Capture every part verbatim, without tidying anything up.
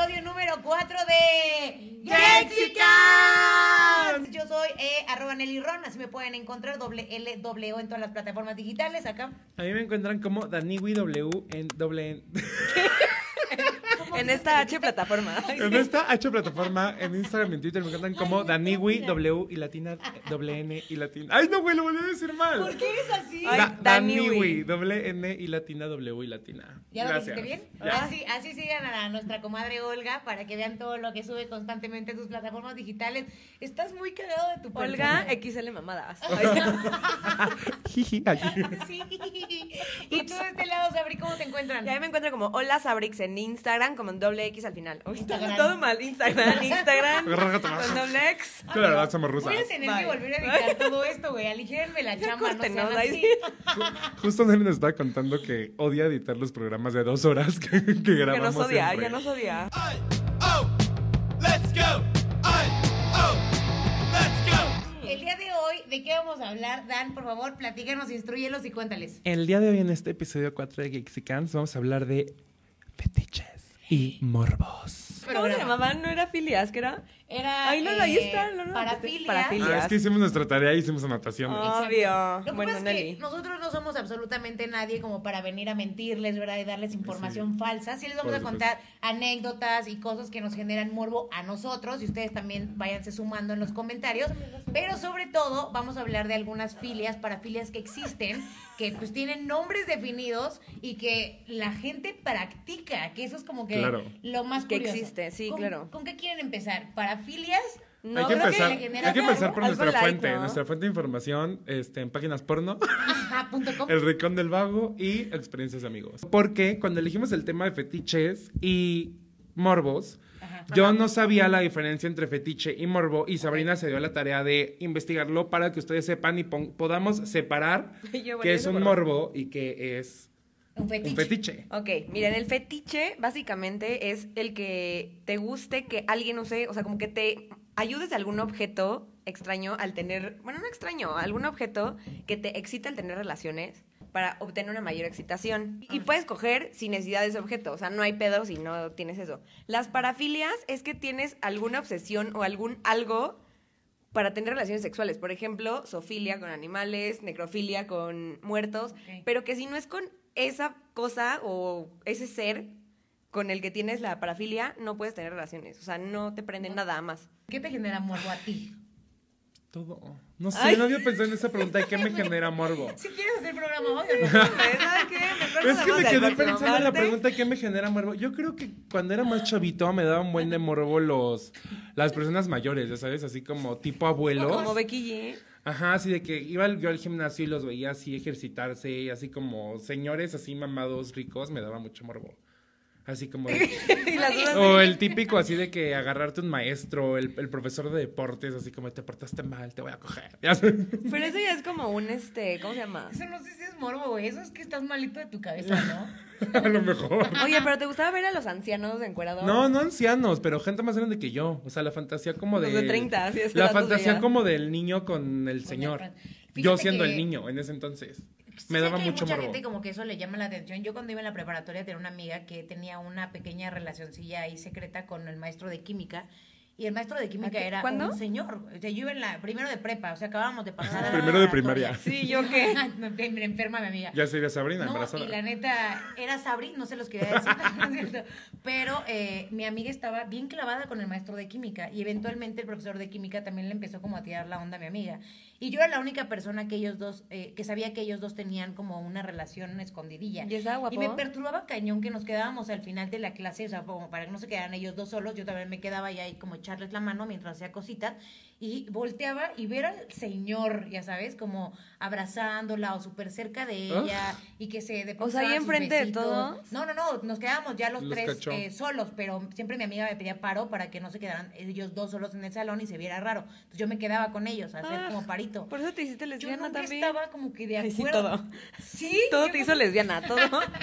episodio número cuatro de Gexican. Yo soy eh, arroba Nelly Ron, así me pueden encontrar, doble L, doble O en todas las plataformas digitales, acá. A mí me encuentran como Daniwi W en doble N. En esta H plataforma. En esta H plataforma, en Instagram y en Twitter me encuentran como Ay, Daniwi mira. W y latina doble N y latina. Ay, no, güey, lo volví a decir mal. ¿Por qué eres así? Ay, Da- Daniwi. Daniwi, doble N y latina W y latina. ¿Ya lo Gracias. dijiste bien? Ya. Así, así sigan a nuestra comadre Olga para que vean todo lo que sube constantemente en sus plataformas digitales. Estás muy cagado de tu Olga persona. X L Mamadas. Jiji, ay. Sí. Y tú de este lado, Sabri, ¿cómo te encuentran? Y ahí me encuentro como Hola Sabrix en Instagram, como en doble X al final. Uy, Instagram. todo mal. Instagram, Instagram. Agarra Tomás. Con doble X. Que la verdad somos rusas. Voy a tener Bye. que volver a editar todo esto, güey. Aligérenme la Ya chamba, no córtenos, sean ahí así. sí. Justo Nelly nos estaba contando que odia editar los programas de dos horas que, que Que grabamos. nos odia, siempre. ya nos odia. Ay, oh, let's go. Ay, oh, let's go. El día de hoy, ¿de qué vamos a hablar? Dan, por favor, platícanos, instruyelos y cuéntales. El día de hoy en este episodio cuatro de Gexicans vamos a hablar de fetiches y morbos. ¿Cómo se Programa. llamaban? ¿No era filias? ¿Qué era? Era Ay, no, ahí eh, está, no, no, parafilia. parafilia. Ah, es que hicimos nuestra tarea y hicimos anotaciones. Obvio. Lo que Bueno, pasa es Nelly. que nosotros no somos absolutamente nadie como para venir a mentirles, ¿verdad? Y darles información falsa. Sí les vamos Por a supuesto. contar anécdotas y cosas que nos generan morbo a nosotros. Y ustedes también váyanse sumando en los comentarios. Pero sobre todo vamos a hablar de algunas filias, parafilias que existen, que pues tienen nombres definidos y que la gente practica. Que eso es como que Claro. lo más Que curioso. existe, sí, ¿Con- claro. ¿Con qué quieren empezar? ¿Parafilias? No, hay que creo empezar, le genera hay que empezar por algo nuestra light, fuente, ¿no? nuestra fuente de información este, en páginas porno, Ajá, punto com. El Rincón del Vago y Experiencias de Amigos. Porque cuando elegimos el tema de fetiches y morbos, Ajá. yo no sabía la diferencia entre fetiche y morbo y Sabrina se dio la tarea de investigarlo para que ustedes sepan y pon- podamos separar Yo, bueno, qué es eso un por- morbo y qué es Un fetiche. un fetiche. Ok, miren, el fetiche básicamente es el que te guste que alguien use, o sea, como que te ayudes de algún objeto extraño al tener, bueno, no extraño, algún objeto que te excita al tener relaciones para obtener una mayor excitación. Y puedes coger sin necesidad de ese objeto, o sea, no hay pedo si no tienes eso. Las parafilias es que tienes alguna obsesión o algún algo para tener relaciones sexuales. Por ejemplo, zoofilia con animales, necrofilia con muertos, Ok. pero que si no es con esa cosa o ese ser con el que tienes la parafilia, no puedes tener relaciones. O sea, no te prende nada más. ¿Qué te genera morbo a ti? Todo. No sé, Ay. no había pensado en esa pregunta de qué me genera morbo. Si quieres hacer programa hoy o no. ¿Sabes qué? Mejor Es que pasamos me al quedé próximo pensando en la martes. pregunta de qué me genera morbo. Yo creo que cuando era más chavito me daban buen de morbo los las personas mayores, ya sabes, así como tipo abuelos. Como Becky G. Ajá, así de que iba yo al gimnasio y los veía así ejercitarse, y así como señores así mamados ricos, me daba mucho morbo. Así como de- Y las dudas o de- el típico así de que agarrarte un maestro, el, el profesor de deportes, así como te portaste mal, te voy a coger. Ya sabes. Pero eso ya es como un, este, ¿cómo se llama? Eso no sé si es morbo, güey. Eso es que estás malito de tu cabeza, ¿no? A lo mejor. Oye, pero ¿te gustaba ver a los ancianos encuerados? No, no ancianos, pero gente más grande que yo. O sea, la fantasía como de. Los de treinta, así es. La datos fantasía veía. como del niño con el Con señor. el- Yo Fíjate siendo que- el niño en ese entonces. Sí Me sé daba que hay mucho mucha morbo. gente como que eso le llama la atención. Yo cuando iba en la preparatoria tenía una amiga que tenía una pequeña relacioncilla ahí secreta con el maestro de química. Y el maestro de química ¿A qué? era ¿Cuándo? un señor. O sea, yo iba en la primero de prepa, o sea, acabábamos de pasar a la Primero de preparatoria. primaria. Sí, ¿yo qué? Me me enferma mi amiga. Ya sería Sabrina, No, embarazada. y la neta, era Sabri, no se los quería decir, ¿no es cierto? Pero eh, mi amiga estaba bien clavada con el maestro de química y eventualmente el profesor de química también le empezó como a tirar la onda a mi amiga. Y yo era la única persona que ellos dos, eh, que sabía que ellos dos tenían como una relación escondidilla. ¿Y estaba guapo? Y me perturbaba cañón que nos quedábamos al final de la clase, o sea, como para que no se quedaran ellos dos solos, yo también me quedaba ahí como echarles la mano mientras hacía cositas. Y volteaba y ver al señor, ya sabes, como abrazándola o súper cerca de ella y que se O sea, ahí depositaban sus enfrente de besitos. todos. No, no, no, nos quedábamos ya los, Los tres cachó. eh, solos, pero siempre mi amiga me pedía paro para que no se quedaran ellos dos solos en el salón y se viera raro. Entonces yo me quedaba con ellos a hacer Ah, como parito. Por eso te hiciste Yo lesbiana nunca también. estaba como que de Ay, sí, acuerdo. todo. Sí. Todo yo te hizo como- lesbiana, todo.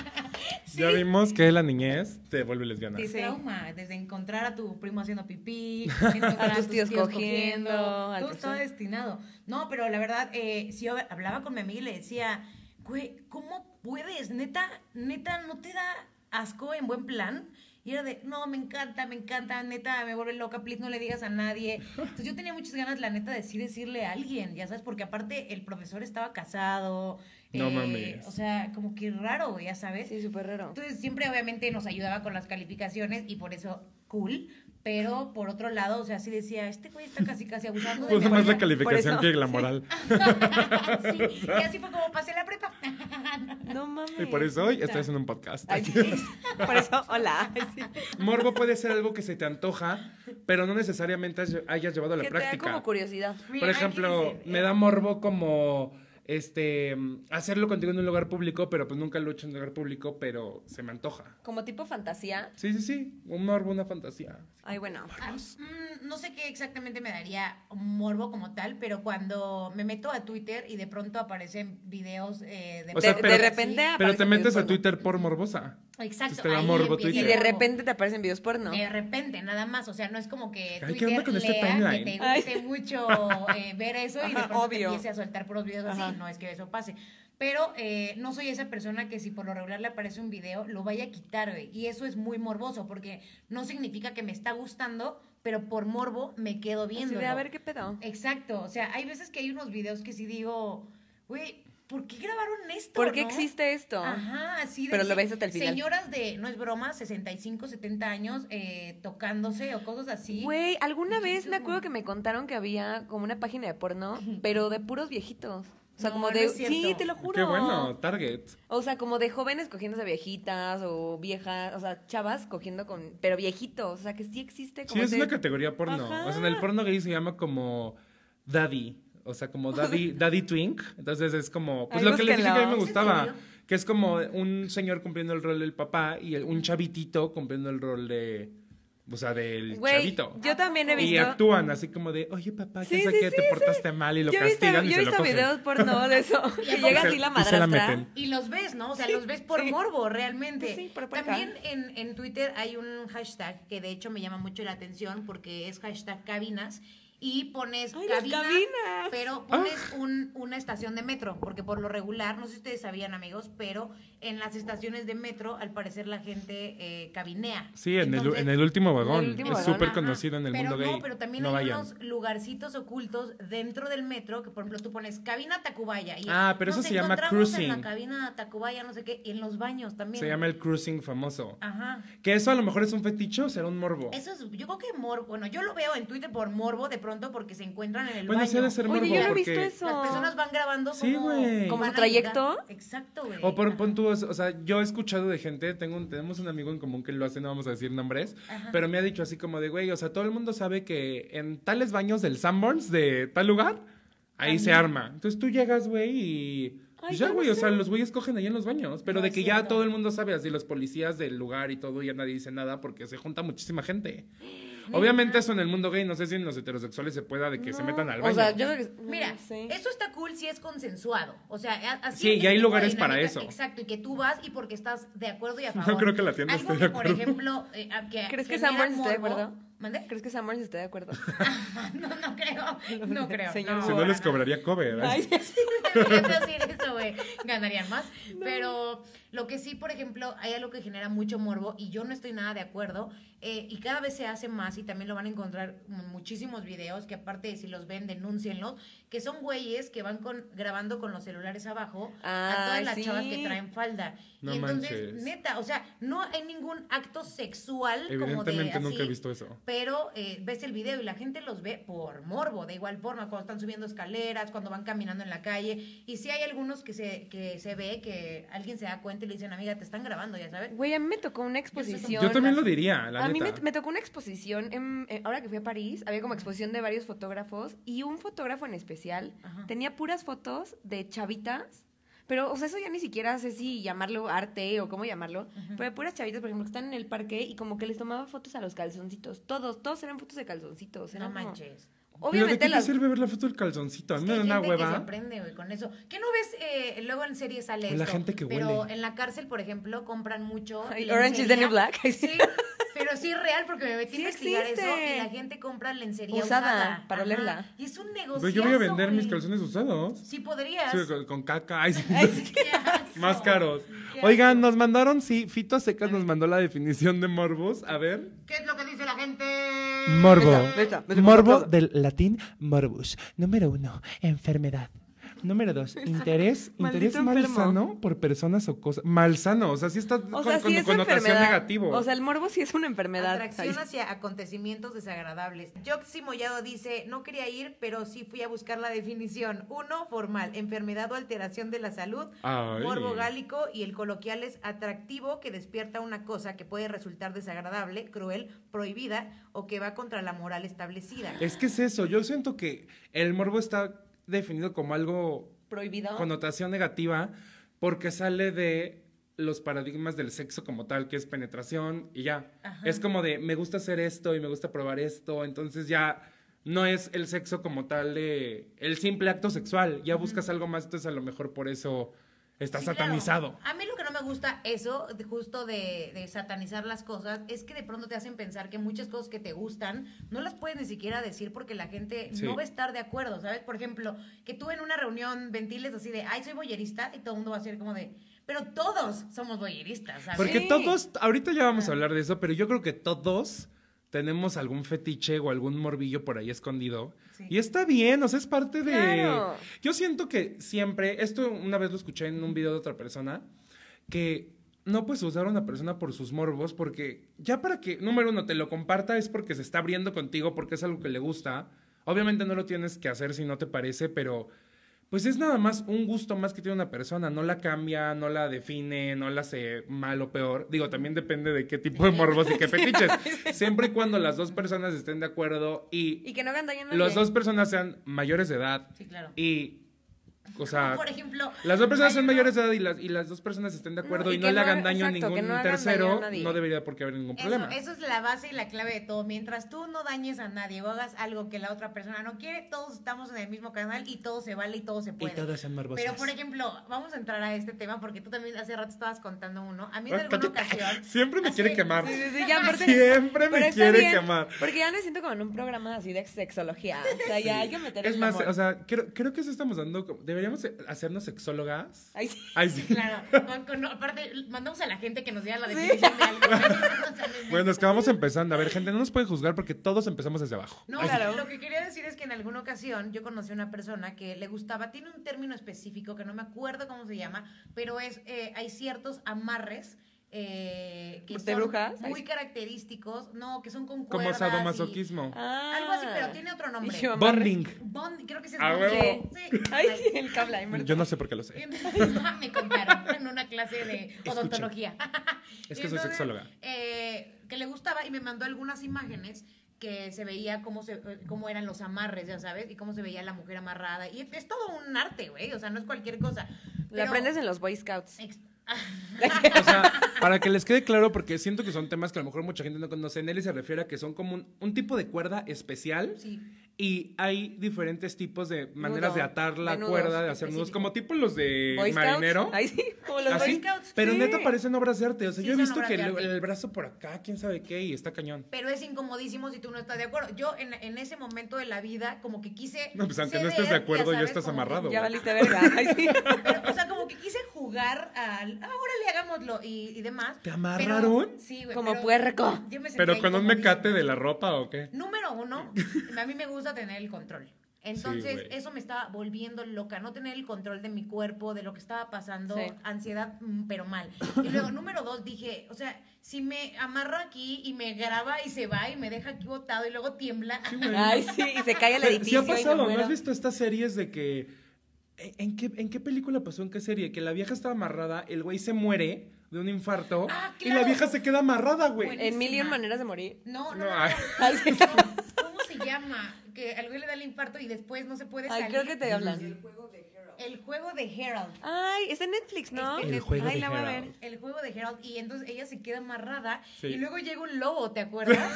Ya vimos que la niñez te vuelve lesbiana. De Sí. trauma, desde encontrar a tu primo haciendo pipí, encontrar A tus tíos cogiendo, al todo profesor. estaba destinado. No, pero la verdad, eh, si yo hablaba con mi amiga y le decía, güey, ¿cómo puedes? Neta, neta, no te da asco en buen plan. Y era de, no, me encanta, me encanta, neta, me vuelve loca, please, no le digas a nadie. Entonces yo tenía muchas ganas, la neta, de sí decirle a alguien, ya sabes, porque aparte el profesor estaba casado. No eh, mames. O sea, como que raro, ya sabes. Sí, súper raro. Entonces siempre obviamente nos ayudaba con las calificaciones y por eso cool, pero por otro lado, o sea, sí decía, este güey está casi casi abusando de Puso mí. más la Por calificación eso, que la sí. moral. Sí, y así fue como pasé la prepa. No mames. Y por eso hoy estoy haciendo un podcast. Ay, sí. Por eso, hola. Ay, sí. Morbo puede ser algo que se te antoja, pero no necesariamente has- hayas llevado a la Que te da práctica. como curiosidad. Mira, Por aquí ejemplo, dice, me eh, da morbo como este hacerlo contigo en un lugar público, pero pues nunca lo he hecho en un lugar público, pero se me antoja. Como tipo fantasía. Sí, sí, sí, un morbo, una fantasía. Ay, bueno. Ah, mm, no sé qué exactamente me daría un morbo como tal, pero cuando me meto a Twitter y de pronto aparecen videos eh, de... O sea, de, pero- de repente Sí. Pero aparecen te metes videos a porno. Twitter por morbosa. Exacto. Entonces te da ahí morbo empieza Y Twitter. de el morbo. repente te aparecen videos porno. De repente, nada más. O sea, no es como que Ay, ¿qué Twitter onda con este lea que timeline? te Ay. guste mucho eh, ver eso y de Ajá, pronto obvio. te empiece a soltar puros videos así. Ajá. No es que eso pase. Pero eh, no soy esa persona que si por lo regular le aparece un video, lo vaya a quitar, güey. Y eso es muy morboso porque no significa que me está gustando, pero por morbo me quedo Así viendo. de, a ver qué pedo. Exacto. O sea, hay veces que hay unos videos que sí digo, güey, ¿por qué grabaron esto? ¿Por qué no? existe esto? Ajá, así de Pero lo se- ves hasta el final. Señoras de, no es broma, sesenta y cinco, setenta años eh, tocándose o cosas así. Güey, alguna Sí, vez sí, me como- acuerdo que me contaron que había como una página de porno, pero de puros viejitos. O sea, No, como no de... es cierto. sí, te lo juro. Qué bueno, Target. O sea, como de jóvenes cogiéndose viejitas o viejas, o sea, chavas cogiendo con... Pero viejitos, o sea, que sí existe Sí, como... es ese- una categoría porno. Ajá. O sea, en el porno gay se llama como daddy. O sea, como daddy, daddy twink. Entonces es como, pues Ay, lo que les dije que a mí me búsquenlo. gustaba. ¿En serio? Que es como un señor cumpliendo el rol del papá y el- un chavitito cumpliendo el rol de, o sea, del Güey, chavito. yo también he Y visto... actúan así como de, oye papá, Sí, ya sé sí, que sí, te sí. portaste mal y lo yo he visto, castigan yo y he se lo visto cogen. videos porno de eso. que Y llega se- así la y se la madrastra. meten. Y los ves, ¿no? O sea, Sí, los ves por sí. morbo, realmente. Pues sí, por acá. También en, en Twitter hay un hashtag que de hecho me llama mucho la atención porque es hashtag cabinas. Y pones ¡Ay, las cabina, cabinas! pero pones un, una estación de metro, porque por lo regular, no sé si ustedes sabían, amigos, pero en las estaciones de metro, al parecer la gente eh, cabinea. Sí, en, el, Entonces, en el último vagón. En el último es vagón, súper ajá. conocido en el pero mundo no, gay. pero también no hay vayan. unos lugarcitos ocultos dentro del metro que, por ejemplo, tú pones cabina Tacubaya. Y Ah, pero eso nos se llama encontramos en cruising. la cabina Tacubaya, no sé qué, y en los baños también. Se llama el cruising famoso. Ajá. Que eso a lo mejor es un fetiche o será un morbo. Eso es, yo creo que morbo. Bueno, yo lo veo en Twitter por morbo de pronto porque se encuentran en el Bueno, baño. sí ha de ser Oye, morbo yo no he porque... visto eso. Las personas van grabando Sí, como... güey. ¿Como van su a trayecto? llegar. Exacto, güey. O por Ajá. pon tú, o sea, yo he escuchado de gente, tengo un- tenemos un amigo en común que lo hace, no vamos a decir nombres, Ajá. pero me ha dicho así como de, güey, o sea, todo el mundo sabe que en tales baños del Sanborns de tal lugar, ahí se arma. Entonces tú llegas, güey, y... Ay, pues ya, yo no güey, o sé. sea, los güeyes cogen ahí en los baños, pero No de es que ya cierto. todo el mundo sabe, así los policías del lugar y todo, ya nadie dice nada porque se junta muchísima gente. Obviamente eso en el mundo gay, no sé si en los heterosexuales se pueda de que se No. metan al baño. O sea, yo creo que... Mira, no sé. eso está cool si es consensuado. O sea, a- así. Sí, y ese hay tipo de lugares para dinámica, eso. Exacto, y que tú vas y porque estás de acuerdo y a No favor. creo que la tienda Algo esté de que, por acuerdo. ejemplo, eh, a- que ¿Crees que genera Sanborns esté de morbo- acuerdo? ¿Mande? ¿Crees que Sanborns esté de acuerdo? no, no creo. No creo. Señor Si no para les nada. cobraría cover. ¿eh? Ay, Deberías decir eso, güey. Ganarían más. Pero lo que sí, por ejemplo, hay algo que genera mucho morbo y yo no estoy nada de acuerdo. eh, y cada vez se hace más y también lo van a encontrar en muchísimos videos que aparte de si los ven, denúncienlos, que son güeyes que van con, grabando con los celulares abajo a todas Ay, las sí. chavas que traen falda. No y entonces, manches. neta, o sea, no hay ningún acto sexual como de Evidentemente así, nunca he visto eso. pero eh, ves el video y la gente los ve por morbo, de igual forma, cuando están subiendo escaleras, cuando van caminando en la calle. Y sí hay algunos que se, que se ve que alguien se da cuenta y le dicen, amiga, te están grabando, ya sabes. güey, a mí me tocó una exposición. Yo también lo diría, la A mí me, neta. me tocó una exposición, en- en- ahora que fui a París, había como exposición de varios fotógrafos y un fotógrafo en especial Ajá. tenía puras fotos de chavitas, pero, o sea, eso ya ni siquiera sé si llamarlo arte o cómo llamarlo, pero de puras chavitas, por ejemplo, que están en el parque y como que les tomaba fotos a los calzoncitos, todos, todos eran fotos de calzoncitos. No eran como- manches. ¿Pero de Obviamente qué las... te sirve ver la foto del calzoncito? A Es mí que me da hay una gente que se hueva. aprende, güey, con eso. ¿Qué no ves? Eh, luego en serie sale O la esto, gente que pero huele. en la cárcel, por ejemplo, compran mucho Ay, lencería. Orange is the New Black. Sí, Pero sí es real porque me metí Sí a investigar existe. eso y la gente compra lencería Usada, usada. para Ajá. olerla. Y es un negocio. Pues yo voy a vender mis calzones usados. Sí podrías. Sí, con, con caca. Ay, sí. Qué asco. Más caros. Qué Oigan, asco. nos mandaron, sí, Fito Secas nos mandó la definición de morbus. A ver. ¿Qué es lo que dice la gente? Morbo. Esa, esa, esa, Morbo esa. del latín morbus. Número uno, enfermedad. Número dos, interés, interés Maldito enfermo. malsano por personas o cosas. Malsano, o sea, sí está O con, sea, con sí es connotación enfermedad. negativo. O sea, el morbo sí es una enfermedad. Atracción Ay, hacia acontecimientos desagradables. Joxy Mollado dice, no quería ir, pero sí fui a buscar la definición. Uno, formal, enfermedad o alteración de la salud. Ay. Morbo gálico y el coloquial es atractivo que despierta una cosa que puede resultar desagradable, cruel, prohibida o que va contra la moral establecida. Es que es eso, yo siento que el morbo está definido como algo prohibido. connotación negativa porque sale de los paradigmas del sexo como tal, que es penetración y ya. Ajá. Es como de, me gusta hacer esto y me gusta probar esto, entonces ya no es el sexo como tal de el simple acto sexual, ya buscas algo más, entonces a lo mejor por eso está Sí, claro. satanizado. A mí lo que no me gusta eso, de- justo de, de satanizar las cosas, es que de pronto te hacen pensar que muchas cosas que te gustan no las puedes ni siquiera decir porque la gente Sí. no va a estar de acuerdo, ¿sabes? Por ejemplo, que tú en una reunión ventiles así de, ay, soy boyerista, y todo el mundo va a ser como de, pero todos somos boyeristas, ¿sabes? Porque Sí. todos, ahorita ya vamos a hablar de eso, pero yo creo que todos tenemos algún fetiche o algún morbillo por ahí escondido. Sí. Y está bien, o sea, es parte de... Claro. Yo siento que siempre, esto una vez lo escuché en un video de otra persona, que no puedes usar a una persona por sus morbos, porque ya para que, número uno, te lo comparta es porque se está abriendo contigo, porque es algo que le gusta. Obviamente no lo tienes que hacer si no te parece, pero... Pues es nada más un gusto más que tiene una persona, no la cambia, no la define, no la hace mal o peor. Digo, también depende de qué tipo de morbos y qué fetiches. Siempre y cuando las dos personas estén de acuerdo y Y que no hagan daño a nadie. las dos personas sean mayores de edad Sí, claro. y, o sea, Por ejemplo, las dos personas hay son uno- mayores de edad y las, y las dos personas estén de acuerdo No, y, y no que le no hagan hagan- daño exacto, a que ningún no hagan daño a tercero, nadie. no debería por qué haber ningún Eso, problema. eso es la base y la clave de todo. Mientras tú no dañes a nadie o hagas algo que la otra persona no quiere, todos estamos en el mismo canal y todo se vale y todo se Y puede. todas son morbosas. Pero, por ejemplo, vamos a entrar a este tema porque tú también hace rato estabas contando uno. A mí en Ah, alguna cállate. ocasión... Siempre me hace- quiere quemar. Sí, sí, sí, ya, aparte- Siempre Pero me está quiere bien, quemar. Porque ya me siento como en un programa así de sexología. O sea, ya hay que meter Es el más, amor. o sea, creo, creo que eso estamos dando. como- Deberíamos hacernos sexólogas. Ay, sí. Ay, sí. Claro, con- con- aparte, mandamos a la gente que nos diga la definición de algo. Bueno, es que vamos empezando. A ver, gente, no nos pueden juzgar porque todos empezamos desde abajo. No, Ay, Claro. lo que quería decir es que en alguna ocasión yo conocí a una persona que le gustaba, tiene un término específico que no me acuerdo cómo se llama, pero es eh, hay ciertos amarres eh, que ¿De son brujas? muy característicos, no, que son con Como cuerdas sadomasoquismo. Ah. Algo así, pero tiene otro nombre. Y yo, amarre. Bonding. y- Bond, creo que sí es Ah, bond. huevo. Sí. Ay, Ay. sí, el cable ahí muerto. Yo no sé por qué lo sé. Entonces, me contaron en una clase de odontología. Es que soy Entonces, sexóloga. eh, que le gustaba y me mandó algunas imágenes que se veía cómo, se, cómo eran los amarres, ya sabes, y cómo se veía la mujer amarrada. Y es todo un arte, güey, o sea, no es cualquier cosa. Lo Pero- aprendes en los Boy Scouts. Ex- O sea, para que les quede claro, porque siento que son temas que a lo mejor mucha gente no conoce. Nelly se refiere a que son como un, un tipo de cuerda especial. Sí. Y hay diferentes tipos de maneras Nudo, de atar la de nudos cuerda, de hacer nudos, específicos. como tipo los de Boy Scouts. marinero. Ay, sí, como los Así, Boy Scouts. pero sí. neta parecen obras de arte. O sea, Sí, yo he son visto obras que de el, arte. el brazo por acá, quién sabe qué, y está cañón. Pero es incomodísimo si tú no estás de acuerdo. Yo en, en ese momento de la vida como que quise No, pues aunque no ceder, estés de acuerdo, ya sabes, estás como que- amarrado. Ya güey. valiste verga. Ay, sí. Pero, o sea, como que quise jugar al, ah, órale, hagámoslo y, y demás. ¿Te Pero- amarraron? sí, güey. Como pero puerco. yo me sentía Pero con un incomodísima. mecate de la ropa o qué. Número uno, a mí me gusta tener el control. Entonces, güey. eso me estaba volviendo loca, no tener el control de mi cuerpo, de lo que estaba pasando, Sí. ansiedad, mm, pero mal. Y luego, número dos, dije, o sea, si me amarro aquí y me graba y se va y me deja aquí botado y luego tiembla. Ay, sí, y se cae el Pero edificio. sí ha y me pasado, ¿no muero. has visto estas series de que... ¿En qué, ¿En qué película pasó? ¿En qué serie? Que la vieja estaba amarrada, el güey se muere de un infarto Ah, y la claro. vieja se queda amarrada, güey. Bueno. En mil y un maneras de morir. No, no, No, no. ay. no. Ay, sí. ¿Cómo se llama? Que al güey le da el infarto y después no se puede Ay, salir. creo que te hablan. El juego de Herald. Ay, es en Netflix, ¿no? Es de El juego Ay, de la voy a Herald. ver. El juego de Herald. Y entonces ella se queda amarrada. Sí. Y luego llega un lobo, ¿te acuerdas?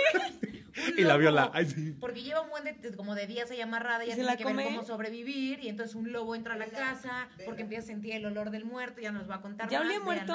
Un Y la lobo. viola. Ay, sí. Porque lleva un buen de, como de días ahí amarrada y ¿Y ya se tiene la que ver come? cómo sobrevivir. Y entonces un lobo entra a la casa porque empieza a sentir el olor del muerto. Ya nos va a contar ¿Ya más, olía muerto? véanla.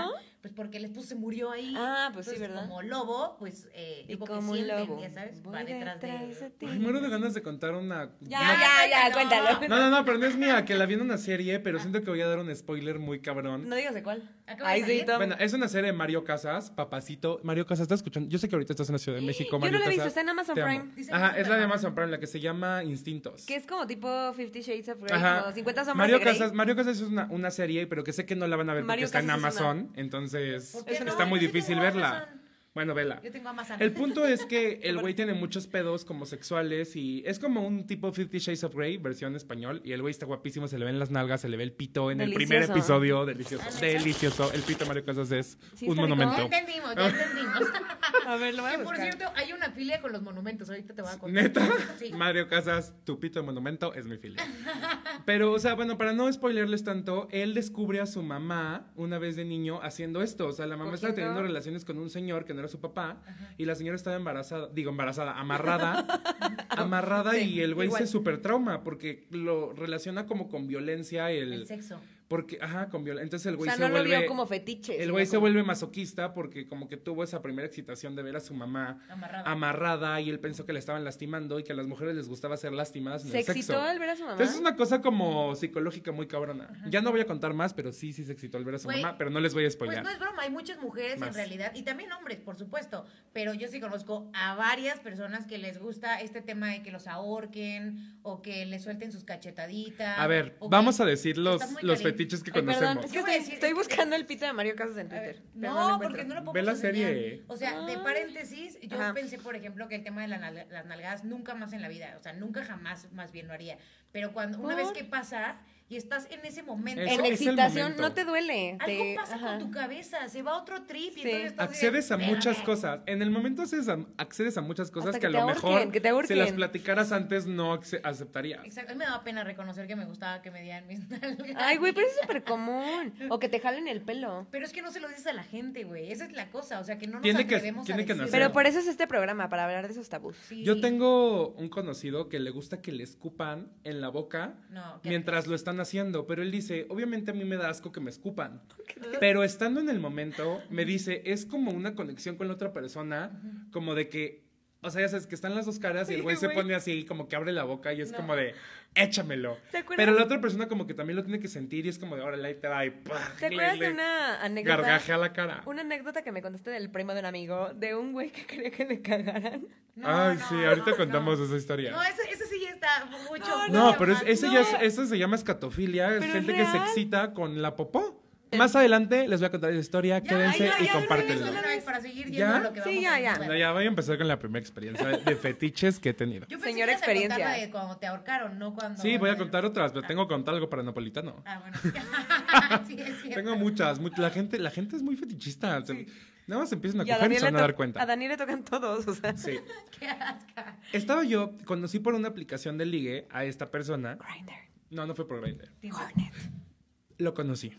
pues porque el esposo se murió ahí. Ah, pues sí, Entonces, ¿verdad? como lobo, pues, eh, Y tipo que como un sienten, lobo. ya sabes, Voy va detrás de... detrás de ti. Ay, muero de ganas de contar una... Ya, una- ya, ya, cuéntalo. cuéntalo. No, no, no, pero no es mía, que la vi en una serie, pero siento que voy a dar un spoiler muy cabrón. No digas de cuál. Acaba de Ay, salir. sí, Tom. Bueno, es una serie de Mario Casas, papacito. Mario Casas, ¿estás escuchando? Yo sé que ahorita estás en la Ciudad de México, Yo Mario no la he visto, Casas. está en Amazon te amo. Prime. Dicen que Ajá, es es la de superbuena. Amazon Prime, la que se llama Instintos. Que es como tipo Fifty Shades of Grey, Ajá. como cincuenta sombras Mario de Grey. Casas, Mario Casas es una, una serie, pero que sé que no la van a ver Mario porque está en Casas es una- Amazon, entonces ¿Por qué Es una- está no? muy Yo sí difícil tengo verla. Amazon. Bueno, vela. Yo tengo Amazon. El punto es que el güey tiene muchos pedos como sexuales y es como un tipo Fifty Shades of Grey, versión español, y el güey está guapísimo, se le ven las nalgas, se le ve el pito en el primer Delicioso. episodio, delicioso, Ah, ¿neta? delicioso. El pito de Mario Casas es Sí, un está rico. Ya monumento. entendimos, ya entendimos. A ver, lo voy a Que por buscar. cierto, hay una filia con los monumentos. Ahorita te voy a contar. ¿Neta? Sí. Mario Casas, tu pito de monumento es mi filia. Pero, o sea, bueno, para no spoilerles tanto, él descubre a su mamá una vez de niño haciendo esto. O sea, la mamá estaba Cogiendo. teniendo relaciones con un señor que no era su papá y la señora estaba embarazada, digo embarazada, amarrada, amarrada Sí, y el güey igual. se super trauma porque lo relaciona como con violencia el... El sexo. Porque, ajá, con violencia. Entonces el O güey sea, se no lo vuelve... vio como fetiche. El sino güey se como- vuelve masoquista porque como que tuvo esa primera excitación de ver a su mamá Amarrada. amarrada y él pensó que la estaban lastimando y que a las mujeres les gustaba ser lastimadas en ¿Se el sexo. excitó al ver a su mamá? Entonces es una cosa como psicológica muy cabrona. Ya no voy a contar más, pero sí, sí se excitó al ver a su Güey, mamá, pero no les voy a Pues spoilear. no es broma, hay muchas mujeres Más. en realidad, y también hombres, por supuesto, pero yo sí conozco a varias personas que les gusta este tema de que los ahorquen o que les suelten sus cachetaditas. A ver, o que- vamos a decir los, Está muy los caliente. fetiches que Ay, perdón, conocemos. es que Yo voy a estoy, decir- estoy es que- buscando el pito de Mario Casas en A ver, Twitter. pero no, lo encuentro. porque no lo podemos Ve la enseñar. serie. O sea, de Ah. paréntesis, yo Ajá. pensé, por ejemplo, que el tema de la nal- las nalgadas nunca más en la vida, o sea, nunca jamás más bien lo haría. Pero cuando una ¿Por? vez que pasa y estás en ese momento, Eso En es el excitación momento. no te duele. algo te- pasa ajá. con tu cabeza, se va a otro trip y Sí. entonces estás de, Accedes a muchas "Espérame". cosas. En el momento accedes a, accedes a muchas cosas Hasta que, que a te lo ahorquen, mejor que te si ahorquen. las platicaras antes no acce- aceptarías. Exacto, a mí me daba pena reconocer que me gustaba que me dieran mis nalgas. Ay, güey, pero es súper común. O que te jalen el pelo. Pero es que no se lo dices a la gente, güey. Esa es la cosa. O sea, que no nos Tiene que- atrevemos tiene a que decirlo. nacer. Pero por eso es este programa, para hablar de esos tabús. Sí. Yo tengo un conocido que le gusta que le escupan en la boca No, qué mientras lo están haciendo, pero él dice, obviamente a mí me da asco que me escupan, pero estando en el momento, me dice, es como una conexión con la otra persona, como de que, o sea, ya sabes que están las dos caras y el Sí, güey se güey. pone así, como que abre la boca y es No. como de, échamelo. ¿Te acuerdas? Pero la otra persona como que también lo tiene que sentir y es como de, órale, ahí te va y ¡pah! ¿Te le- acuerdas le de una anécdota? gargajea la cara. Una anécdota que me contaste del primo de un amigo, de un güey que quería que le cagaran. No, Ay, no, sí, no, ahorita no. contamos esa historia. No, ese, ese sí ya está mucho. No, No, mucho pero es- más. ese No. ya es- eso se llama escatofilia, es Pero es gente que se real. excita con la popó. Más adelante les voy a contar esa historia, Ya, quédense ya, y ya, compártenlo. una vez para seguir yendo ¿Ya? a lo que Sí, vamos ya, a ya. hablar. No, ya voy a empezar con la primera experiencia de fetiches que he tenido. Yo pensé Señor que ibas a contar experiencia. la de cuando te ahorcaron, no cuando... Sí, voy a contar otras, pero tengo que contar algo para napolitano. Ah, bueno. Sí, es cierto. Tengo muchas, much- la gente, la gente es muy fetichista. Se- Nada más empiezan a Y a coger y Daniel, se le van a dar to- cuenta. a Daniel le tocan todos, o sea. Sí. Qué asca. Estaba yo, conocí por una aplicación de ligue a esta persona. Grindr. No, no fue por Grindr. Hornet. Lo conocí.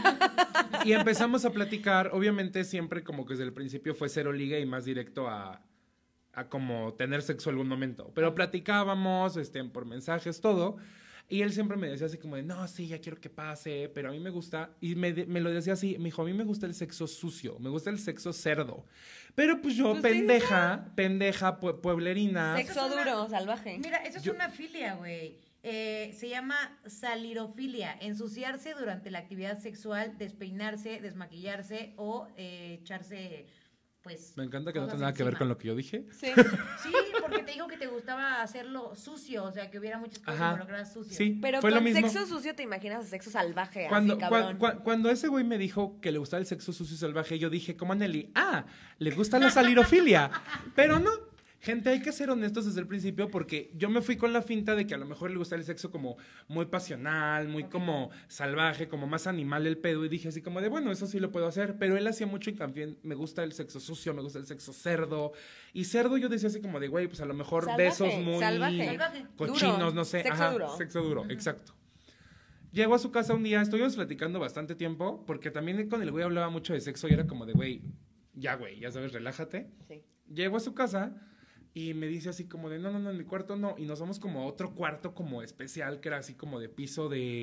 Y empezamos a platicar, obviamente siempre como que desde el principio fue cero liga y más directo a, a como tener sexo algún momento. Pero platicábamos este, por mensajes, todo. Y él siempre me decía así como de, no, sí, ya quiero que pase, pero a mí me gusta. Y me, de- me lo decía así, me dijo, a mí me gusta el sexo sucio, me gusta el sexo cerdo. Pero pues yo, Pues, pendeja, pendeja, pue- pueblerina. Sexo Sexo es una- duro, salvaje. Mira, eso es Yo- una filia, güey. Eh, se llama salirofilia, ensuciarse durante la actividad sexual, despeinarse, desmaquillarse o eh, echarse, pues... Me encanta que no cosas tenga nada que ver encima. con lo que yo dije. Sí. Sí, porque te dijo que te gustaba hacerlo sucio, o sea, que hubiera muchas cosas Ajá. involucradas sucias. Sí, Pero fue con lo mismo. sexo sucio te imaginas a sexo salvaje, Cuando, así, cua- cabrón. cua- cuando ese güey me dijo que le gustaba el sexo sucio y salvaje, yo dije, como a Nelly, ah, le gusta la salirofilia. Pero no, gente, hay que ser honestos desde el principio porque yo me fui con la finta de que a lo mejor le gustaba el sexo como muy pasional, muy como salvaje, como más animal el pedo. Y dije así como de, bueno, eso sí lo puedo hacer. Pero él hacía mucho hincapié en, me gusta el sexo sucio, me gusta el sexo cerdo. Y cerdo yo decía así como de, güey, pues a lo mejor Salvaje, besos muy salvaje. Salvaje. cochinos, Duro. no sé. Sexo Ajá, duro. Sexo duro, exacto. Llego a su casa un día, estuvimos platicando bastante tiempo, porque también con el güey hablaba mucho de sexo y era como de, güey, ya, güey, ya sabes, relájate. Sí. Llego a su casa y me dice así como de, no, no, no, en mi cuarto no. Y nos vamos como a otro cuarto como especial, que era así como de piso de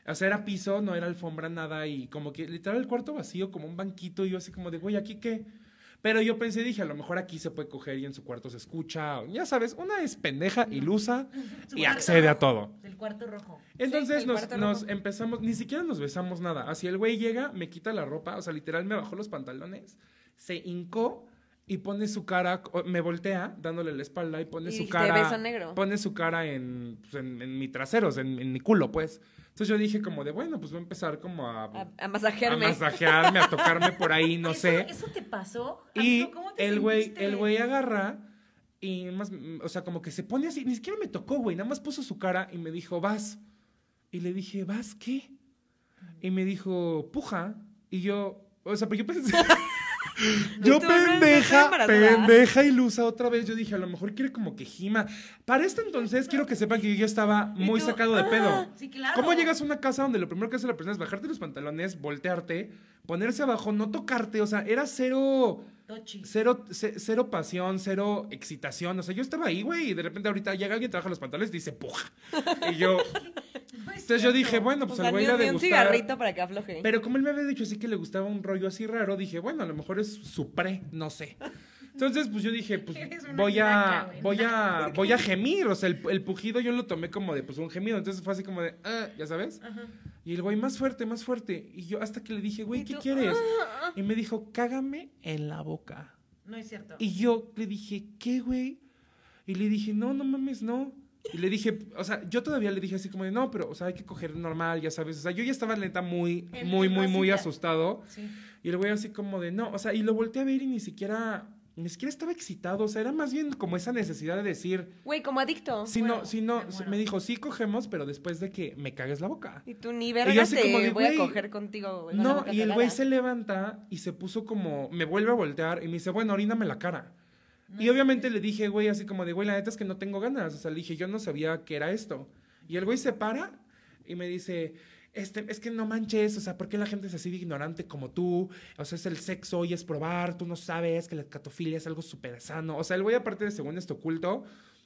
O sea, era piso, no era alfombra, nada. Y como que literal el cuarto vacío, como un banquito. Y yo así como de, güey, ¿aquí qué? Pero yo pensé, dije, a lo mejor aquí se puede coger y en su cuarto se escucha. o- Ya sabes, una es pendeja, ilusa Su y cuarto accede a rojo, todo. El cuarto rojo. Entonces el nos, cuarto nos rojo. empezamos, ni siquiera nos besamos nada. Así el güey llega, me quita la ropa, o sea, literal me bajó los pantalones, se hincó y pone su cara, o- me voltea dándole la espalda y pone Y su dijiste, cara. "Beso negro". Pone su cara en, pues, en, en mi trasero, o sea, en, en mi culo, pues. Entonces yo dije como de, bueno, pues voy a empezar como a, A, a a masajearme. masajearme, a tocarme por ahí, no ¿Eso, sé. ¿Eso te pasó? Y Amigo, ¿cómo te el güey, sentiste? el güey agarra y más, mm, o sea, como que se pone así, ni siquiera me tocó, güey, nada más puso su cara y me dijo, vas. Y le dije, ¿vas qué? Y me dijo, puja. Y yo, o sea, pero yo pensé, yo Tú no eres- pendeja, estoy embarazada. pendeja ilusa otra vez. Yo dije, a lo mejor quiere como que gima. Para este entonces, quiero que sepan que yo ya estaba muy tú, sacado de pedo. Sí, claro. ¿Cómo llegas a una casa donde lo primero que hace la persona es bajarte los pantalones, voltearte, ponerse abajo, no tocarte? O sea, era cero, Tochi. cero, ce- cero pasión, cero excitación. O sea, yo estaba ahí, güey, y de repente ahorita llega alguien, te baja los pantalones y dice, puja. Y yo, No es entonces yo cierto. dije, bueno, O pues sea, al güey ni, le ha ni de un gustar. cigarrito para que afloje. Pero como él me había dicho así que le gustaba un rollo así raro, dije, bueno, a lo mejor es su pre, no sé. Entonces, pues yo dije, pues Eres una voy a, naca, güey, voy a, naca. voy a gemir. O sea, el, el pujido yo lo tomé como de, pues un gemido. Entonces fue así como de, ah, ya sabes. Ajá. Y el güey, más fuerte, más fuerte. Y yo hasta que le dije, güey, Y ¿qué tú, quieres? Y me dijo, cágame en la boca. No es cierto. Y yo le dije, ¿qué, güey? Y le dije, no, no mames, no. Y le dije, o sea, yo todavía le dije así como de, no, pero, o sea, hay que coger normal, ya sabes. O sea, yo ya estaba neta muy, En- muy, en muy, muy rosita. asustado. Sí. Y el güey así como de, no, o sea, y lo volteé a ver y ni siquiera, ni siquiera estaba excitado. O sea, era más bien como esa necesidad de decir, Güey, como adicto. si muero, no, si no, me muero. me dijo, sí cogemos, pero después de que me cagues la boca. Y tú ni Y verga yo así te como de, voy a güey, coger contigo, güey. con la No, boca y el güey pegada. se levanta y se puso como, me vuelve a voltear y me dice, bueno, oríname la cara. No Y es obviamente le dije, güey, así como de, güey, la neta es que no tengo ganas. O sea, le dije, yo no sabía qué era esto. Y el güey se para y me dice, este, es que no manches, o sea, ¿por qué la gente es así de ignorante como tú? O sea, es el sexo y es probar, tú no sabes que la catofilia es algo súper sano. O sea, el güey aparte de según esto oculto,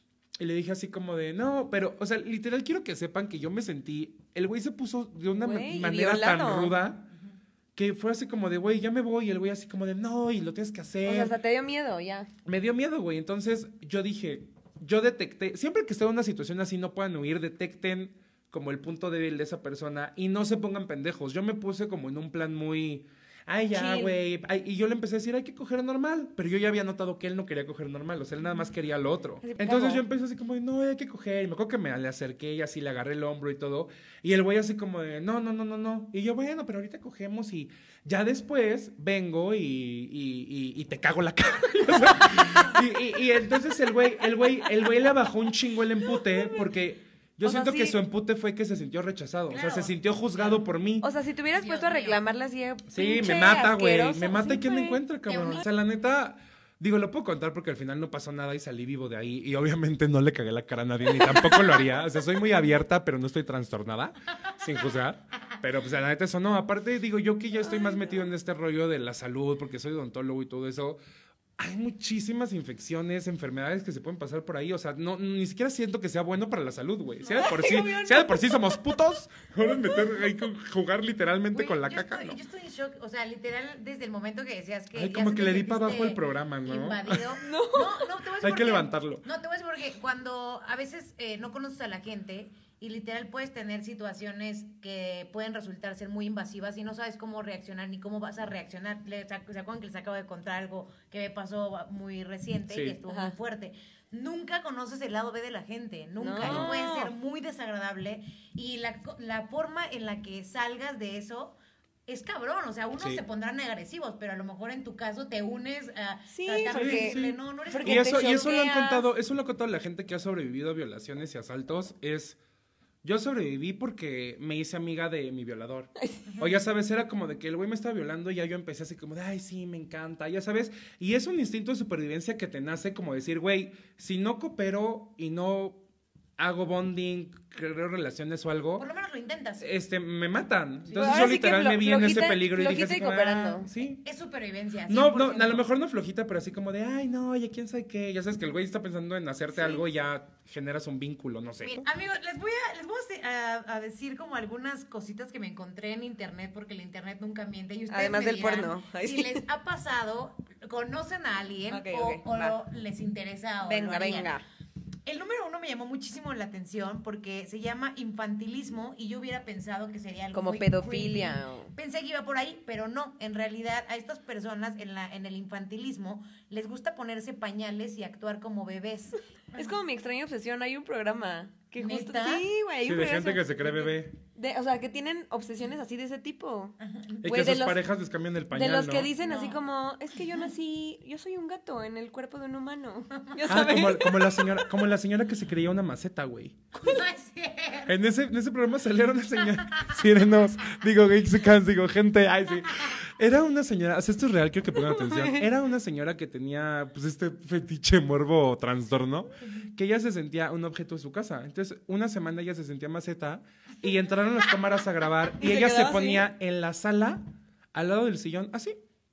y le dije así como de, no, pero, o sea, literal quiero que sepan que yo me sentí, el güey se puso de una ma- Güey, manera violado. tan ruda que fue así como de, güey, ya me voy. Y el güey así como de, no, y lo tienes que hacer. O sea, hasta te dio miedo, ya. Me dio miedo, güey. Entonces yo dije, yo detecté, siempre que esté en una situación así no puedan huir, detecten como el punto débil de esa persona y no se pongan pendejos. Yo me puse como en un plan muy, ay, ya, Chill. güey. Ay, y yo le empecé a decir, hay que coger normal. Pero yo ya había notado que él no quería coger normal, o sea, él nada más quería lo otro. Así, Entonces ¿cómo? yo empecé así como, de, no, hay que coger. Y me acuerdo que me le acerqué y así le agarré el hombro y todo. Y el güey así como de, no, no, no, no, no. Y yo, bueno, pero ahorita cogemos y ya después vengo y, y, y, y te cago la cara. O sea, y, y, y entonces el güey, el güey, el güey le bajó un chingo el empute porque yo O sea, siento que sí. su empute fue que se sintió rechazado. O sea, Claro. se sintió juzgado por mí. O sea, si te hubieras Dios puesto a mío. reclamarle así. de, Sí, "Pinche me mata, güey. asqueroso", Me mata y sí, quién me güey. encuentra, cabrón. unís. O sea, la neta, digo, lo puedo contar porque al final no pasó nada y salí vivo de ahí. Y obviamente no le cagué la cara a nadie, ni tampoco lo haría. O sea, soy muy abierta, pero no estoy trastornada, sin juzgar. Pero pues la neta eso no. Aparte, digo, yo que ya estoy más metido en este rollo de la salud, porque soy odontólogo y todo eso. Hay muchísimas infecciones, enfermedades que se pueden pasar por ahí. O sea, no, ni siquiera siento que sea bueno para la salud, güey. Si, de por sí, si de por sí somos putos, ahora meter ahí con jugar literalmente Güey, con la yo caca, estoy, ¿no? Yo estoy en shock, o sea, literal, desde el momento que decías que... Ay, ya como se que te le di para abajo sentiste el programa, ¿no? Invadido. No, no, te voy a decir Hay por que qué. levantarlo. No, te voy a decir porque cuando a veces eh, no conoces a la gente y literal puedes tener situaciones que pueden resultar ser muy invasivas y no sabes cómo reaccionar ni cómo vas a reaccionar. Le- ¿Se acuerdan que les acabo de contar algo que me pasó muy reciente Sí. y estuvo Ajá. muy fuerte? Nunca conoces el lado B de la gente, nunca. No. Y puede ser muy desagradable y la, co- la forma en la que salgas de eso es cabrón, o sea, unos Sí. se pondrán agresivos, pero a lo mejor en tu caso te unes a Sí, tratar de porque- decirle, no, no eres porque Y tú". eso, te y eso lo han choqueas. contado, eso lo ha contado la gente que ha sobrevivido a violaciones y asaltos, es yo sobreviví porque me hice amiga de mi violador. O ya sabes, era como de que el güey me estaba violando y ya yo empecé así como de, ay, sí, me encanta, ya sabes. Y es un instinto de supervivencia que te nace como decir, güey, si no coopero y no hago bonding, creo relaciones o algo, Por lo menos lo intentas. este, me matan. Sí. Entonces Ahora yo sí que literal flo- me vi en ese flojita- peligro y dije flojita así y como, cooperando. ah, sí. Es supervivencia. No, no, cien por ciento. a lo mejor no flojita, pero así como de, ay, no, oye, quién sabe qué. Ya sabes que el güey está pensando en hacerte Sí. algo y ya generas un vínculo, no sé. Bien, amigos, les voy, a, les voy a, hacer- a- a decir como algunas cositas que me encontré en internet, porque el internet nunca miente. Y ustedes Además me del dirán porno. Ay, si sí. les ha pasado, conocen a alguien Ok, o, ok, o va. les interesa o lo Venga, harían. venga. El número uno me llamó muchísimo la atención porque se llama infantilismo y yo hubiera pensado que sería algo Como muy pedofilia. creepy. Pensé que iba por ahí, pero no. En realidad, a estas personas en, la, en el infantilismo les gusta ponerse pañales y actuar como bebés. Es como mi extraña obsesión. Hay un programa que justo. ¿Neta? Sí, güey. hay Sí, un de programa gente que se cree bebé. de- o sea, que tienen obsesiones así de ese tipo. Y Güey, que de sus los- parejas les cambian el pañal, de los ¿no? que dicen No. así como, es que yo nací, yo soy un gato en el cuerpo de un humano. ¿Ya Ah, sabes? como, como la señora, como la señora que se creía una maceta, güey. No es cierto. En ese, en ese programa salieron una señora. Sirenos, digo, Gexicans, digo, gente, ay, sí. Era una señora, o sea, esto es real, quiero que pongan atención. Era una señora que tenía, pues, este fetiche, morbo o trastorno, que ella se sentía un objeto de su casa. Entonces, una semana ella se sentía maceta y entraron las cámaras a grabar y, ¿Y se ella se quedaba ponía en la sala, al lado del sillón, así.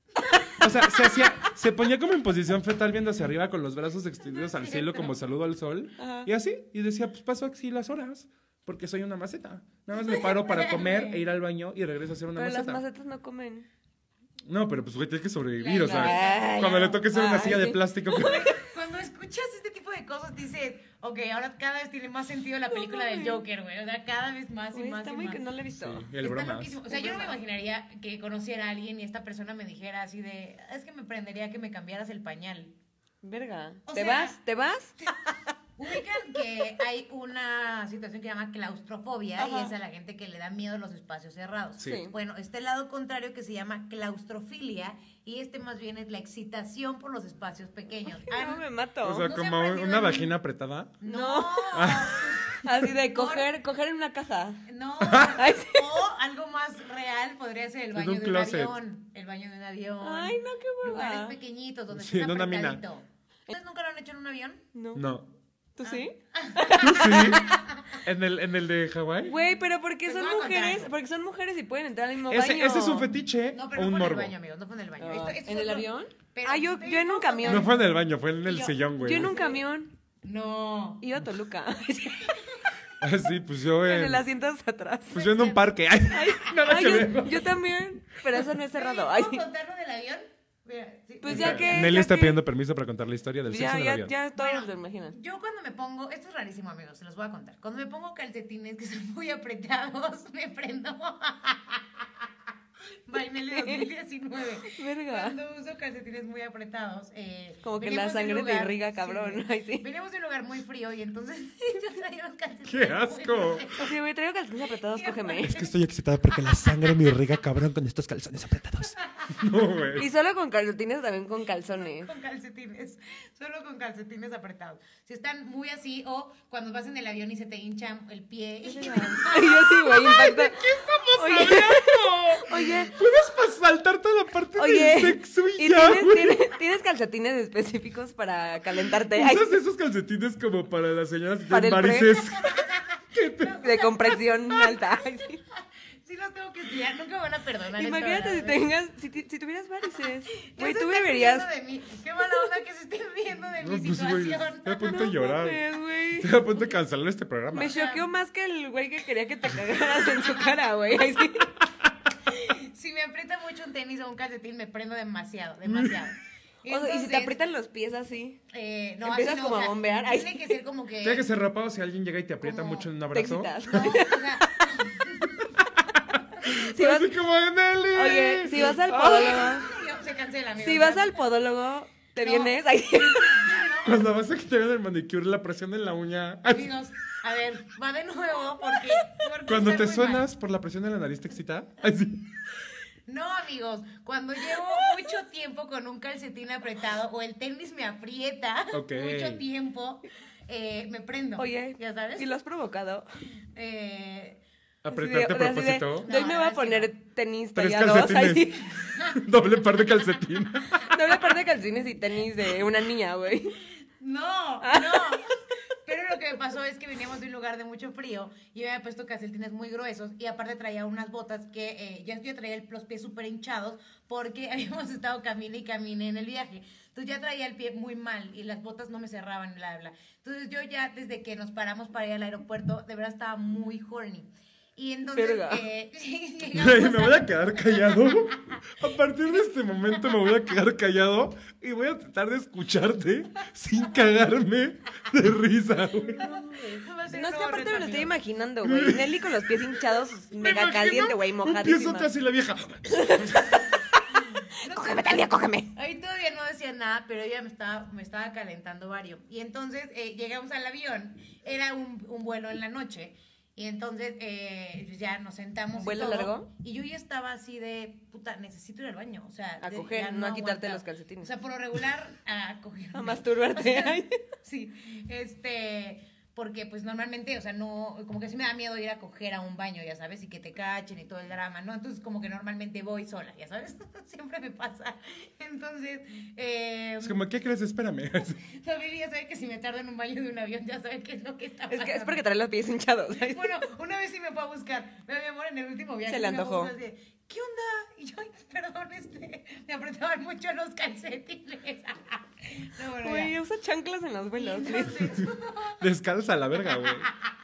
O sea, se hacía, se ponía como en posición fetal viendo hacia arriba con los brazos extendidos al cielo como saludo al sol. Ajá. Y así, y decía, pues paso así las horas, porque soy una maceta. Nada más me paro para comer e ir al baño y regreso a ser una Pero las maceta. macetas no comen. No, pero pues güey, tienes que sobrevivir, o sea, Ay, cuando le toque ser una ay, silla de sí. plástico. Cuando escuchas este tipo de cosas dices, ok, ahora cada vez tiene más sentido la película del Joker, güey. O sea, cada vez más y Güey, más está y muy más. que no la he visto. Sí, el Está bromas. loquísimo. O sea, yo no me imaginaría que conociera a alguien y esta persona me dijera así de, es que me prendería que me cambiaras el pañal. Verga. O ¿Te sea- vas? ¿Te vas? Ubican que hay una situación que se llama claustrofobia Ajá. y es a la gente que le da miedo los espacios cerrados. Sí. Bueno, está el lado contrario que se llama claustrofilia y este más bien es la excitación por los espacios pequeños. No, Ah, me mato. O sea, ¿No se como ha aprendido una en- vagina apretada. no, Así de coger, coger en una caja. no. Ay, sí. O algo más real podría ser el En baño un de un closet. avión. El baño de un avión. Ay, no, qué Lugares hueva. pequeñitos donde Sí, estés en una mina. apretadito. ¿Ustedes nunca lo han hecho en un avión? No. No. ¿Tú sí? ¿Tú sí? ¿En el, en el de Hawái? Güey, pero porque Les son voy a contar mujeres, algo. porque son mujeres y pueden entrar al mismo Ese, baño. ese es un fetiche No, pero o no un fue en el morbo. baño, amigos, no fue en el baño. Ah, Esto- esto es ¿en el otro- avión? Pero Ah, yo- ustedes yo en un no camión. No fue en el baño, fue en el Yo- sillón, güey. Yo en un camión No. iba a Toluca. Ah, sí, pues yo En en... el asiento de atrás. Pues yo en un parque. Ay, nada Ay, que yo, ver. yo también, pero eso no es cerrado. ¿Puedo Ay, contar lo del avión? Mira, sí. Pues Mira. ya que- Nelly ya está que- pidiendo permiso para contar la historia del sexo ya, en el ya, avión. ya todos Bueno, lo imaginan. Yo cuando me pongo, esto es rarísimo, amigos, se los voy a contar. Cuando me pongo calcetines que son muy apretados, me prendo. Bainelli dos mil diecinueve. Verga. Cuando uso calcetines muy apretados. Eh, Como que veníamos la de un sangre te lugar- irriga, cabrón. sí. Ay, sí. Veníamos de un lugar muy frío y entonces yo traía los calcetines. ¡Qué asco! muy- Así, güey, traigo calcetines apretados, cógeme. Es que estoy excitada porque la sangre me irriga cabrón con estos calzones apretados. No, güey. Y solo con calcetines, también con calzones. Con calcetines, solo con calcetines apretados. Si están muy así o cuando vas en el avión y se te hincha el pie. Ay, yo sí, güey, impacto. Oye, oye, Puedes pas- saltar toda la parte oye. del sexo y, ¿Y ya, tienes, güey. tienes, tienes calcetines específicos para calentarte? Ay, Usas esos calcetines como para las señoras que Para tienen el pre. varices. ¿Qué te- de compresión alta. Ay, sí. Sí los tengo que estudiar, nunca me van a perdonar. esta Imagínate si verdad, tengas, si, ti- si tuvieras varices. Ya Güey, se tú están beberías. riendo de mí. Qué mala onda que se estén riendo de No, mi pues, güey, situación. estoy a punto de llorar. mames, güey. Estoy a punto de cancelar este programa. Me choqueó más que el güey que quería que te cagaras en su cara, güey. Ay, sí. Si me aprieta mucho un tenis o un calcetín, me prendo demasiado, demasiado. O sea, y si te Entonces, aprietan los pies así, eh, no, empiezas así no, como o sea, a bombear. Ay, Tiene que ser como que. Tiene que ser ropa o si alguien llega y te aprieta Como mucho en un te abrazo. excitas. No, o sea, Si vas, Así como de Nelly. oye, si vas al podólogo, yo- se cancela, amigo. si vas al podólogo, te No. vienes. Ay, Cuando vas a quitar el manicure, la presión en la uña. Ay, Amigos, a ver, va de nuevo porque. porque Cuando está te muy mal. suenas por la presión en la nariz, ¿te excita? Ay, sí. No, amigos, cuando llevo mucho tiempo con un calcetín apretado o el tenis me aprieta Ok. mucho tiempo, eh, me prendo. Oye, ¿ya sabes? ¿y lo has provocado? Eh, Apretarte a Así de- de- así de, propósito. de hoy me No, voy a es que poner no. tenis Tres tallados. Ay, sí. calcetines. Doble par de calcetines. Doble par de calcetines y tenis de una niña, güey. no, Ah. no. Pero lo lo que me pasó es que veníamos de un lugar de mucho frío y me había puesto calcetines muy gruesos y aparte traía unas botas que eh, ya yo traía el- los pies súper hinchados porque habíamos estado camine y camine en el viaje. Entonces ya traía el pie muy mal y las botas no me cerraban, bla, bla. Entonces yo ya desde que nos paramos para ir al aeropuerto, de verdad estaba muy horny. Y entonces Verga. eh, Güey, llegamos me voy a quedar callado. A partir de este momento me voy a quedar callado y voy a tratar de escucharte sin cagarme de risa, güey. Va a ser No, un es que nuevo aparte reto, me lo estoy amigo. imaginando, güey. Nelly con los pies hinchados, Me mega imagino caliente, güey, Un mojadísima. piezote así la vieja. Cógeme, Talia, cógeme. Ahí todavía no decía nada, pero ella me estaba, me estaba calentando varios. Y entonces eh, llegamos al avión, era un, un vuelo en la noche. Y entonces eh, pues ya nos sentamos. ¿Un y vuelo todo, largo? Y yo ya estaba así de, puta, necesito ir al baño. O sea, A de- coger, ya no a quitarte aguantaba. los calcetines. O sea, por lo regular, a coger. A masturbarte. Ay. Sí, este, porque pues normalmente, o sea, no, como que sí me da miedo ir a coger a un baño, ya sabes, y que te cachen y todo el drama, ¿no? Entonces como que normalmente voy sola, ya sabes, siempre me pasa. Entonces, eh, Es como, ¿qué crees? Espérame. la Vivi ya sabe que si me tardo en un baño de un avión, ya sabe qué es lo que está Es que es pasando. porque trae los pies hinchados. Ay. Bueno, una vez sí me fue a buscar, me mi amor, en el último viaje. Se le me fue a antojó. buscar así de, ¿qué onda? Y yo, ay, perdón, este, me apretaban mucho los calcetines. No, bueno, Güey, ya. usa chanclas en los vuelos. Entonces, Descalza a la verga, güey.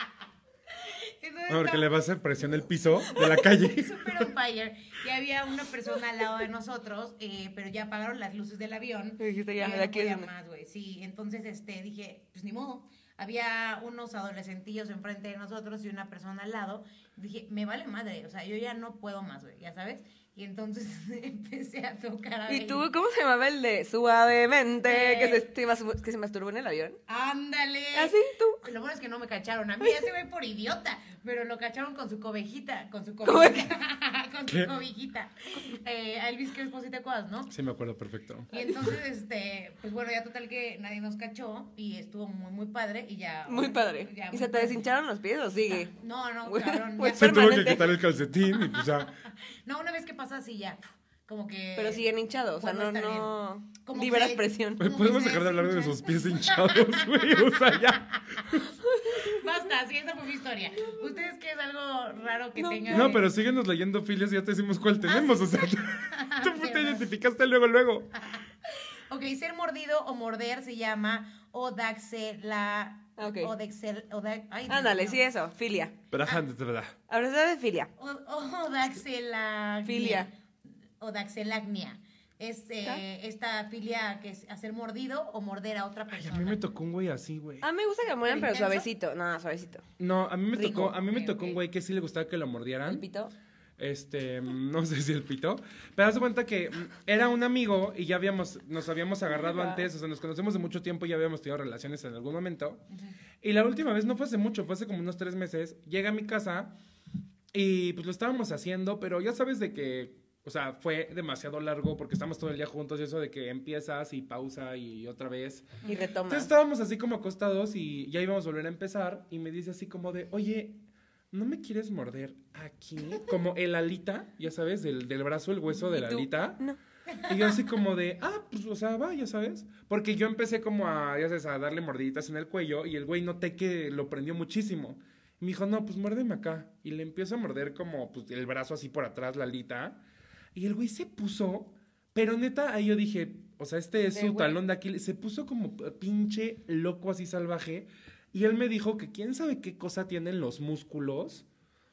entonces No, porque estaba- le va a hacer presión el piso de la calle. Super on fire. Y había una persona al lado de nosotros, eh, pero ya apagaron las luces del avión. Y dijiste, ya, Y yo de aquí no es podía donde- más, güey. Sí, entonces este, dije, pues ni modo. Había unos adolescentillos enfrente de nosotros y una persona al lado. Dije, me vale madre, o sea, yo ya no puedo más, güey, ya sabes. Y entonces empecé a tocar a ¿Y Bailey. tú cómo se llamaba el de suavemente Eh. que, se, se mas- que se masturbó en el avión? ¡Ándale! Así tú. Lo bueno es que no me cacharon. A mí ese güey por idiota. Pero lo cacharon con su cobejita. Con su cobijita. con ¿Qué? su cobijita. Eh, a Elvis Crespo sí te acuerdas, ¿no? Sí, me acuerdo perfecto. Y entonces, este, pues bueno, ya total que nadie nos cachó. Y estuvo muy, muy padre. Y ya. Muy padre. ya ¿Y muy se te padre. deshincharon los pies o sigue? No, no, Güey, cabrón. güey, ya- Se tuvo que permanente. quitar el calcetín y pues ya. No, una vez que pasa así ya. Como que. Pero siguen hinchados, o sea, Bueno, no, está no Como liberas que- presión. Güey, Como ¿podemos que dejar de hablar de deshincha. sus pies hinchados, güey? O sea, ya. Basta, sí, esa fue mi historia. ¿Ustedes qué es algo raro que No. tengan? No, pero síguenos leyendo filias y ya te decimos cuál tenemos. O sea, tú, tú te identificaste luego, luego. Ok, ser mordido o morder se llama odaxela... Ah, ok. Odexel... Oda, ay, Dios Ándale, mío. sí, eso, filia. Pero ajá, de verdad. Ahora se de filia. O- Odaxelagnia. Filia. Odaxelagnia. Es eh, esta filia que es hacer mordido o morder a otra Ay, a persona. mí me tocó un güey así, güey. A mí me gusta que mueran, pero ¿Intenso? suavecito. No, suavecito. No, a mí me Rico. tocó, a mí me Ok, tocó un ok. güey que sí le gustaba que lo mordieran. ¿El pito? Este, no sé si el pito. Pero haz de cuenta que mm, era un amigo y ya habíamos, nos habíamos agarrado Mira. antes, o sea, nos conocemos de mucho tiempo y ya habíamos tenido relaciones en algún momento. Y la última vez no fue hace mucho, fue hace como unos tres meses. Llega a mi casa y pues lo estábamos haciendo, pero ya sabes de que, o sea, fue demasiado largo porque estamos todo el día juntos y eso de que empiezas y pausa y otra vez. Y retoma. Entonces estábamos así como acostados y ya íbamos a volver a empezar y me dice así como de, oye, ¿no me quieres morder aquí? Como el alita, ya sabes, del, del brazo, el hueso de ¿Y la tú? alita. No. Y yo así como de, ah, pues, o sea, va, ya sabes. Porque yo empecé como a, ya sabes, a darle mordiditas en el cuello y el güey noté que lo prendió muchísimo. Y me dijo, no, pues muérdeme acá. Y le empiezo a morder como pues, el brazo así por atrás, la alita. Y el güey se puso, pero neta, ahí yo dije, o sea, este es De su güey. talón de Aquiles. Se puso como pinche loco así salvaje. Y él me dijo que quién sabe qué cosa tienen los músculos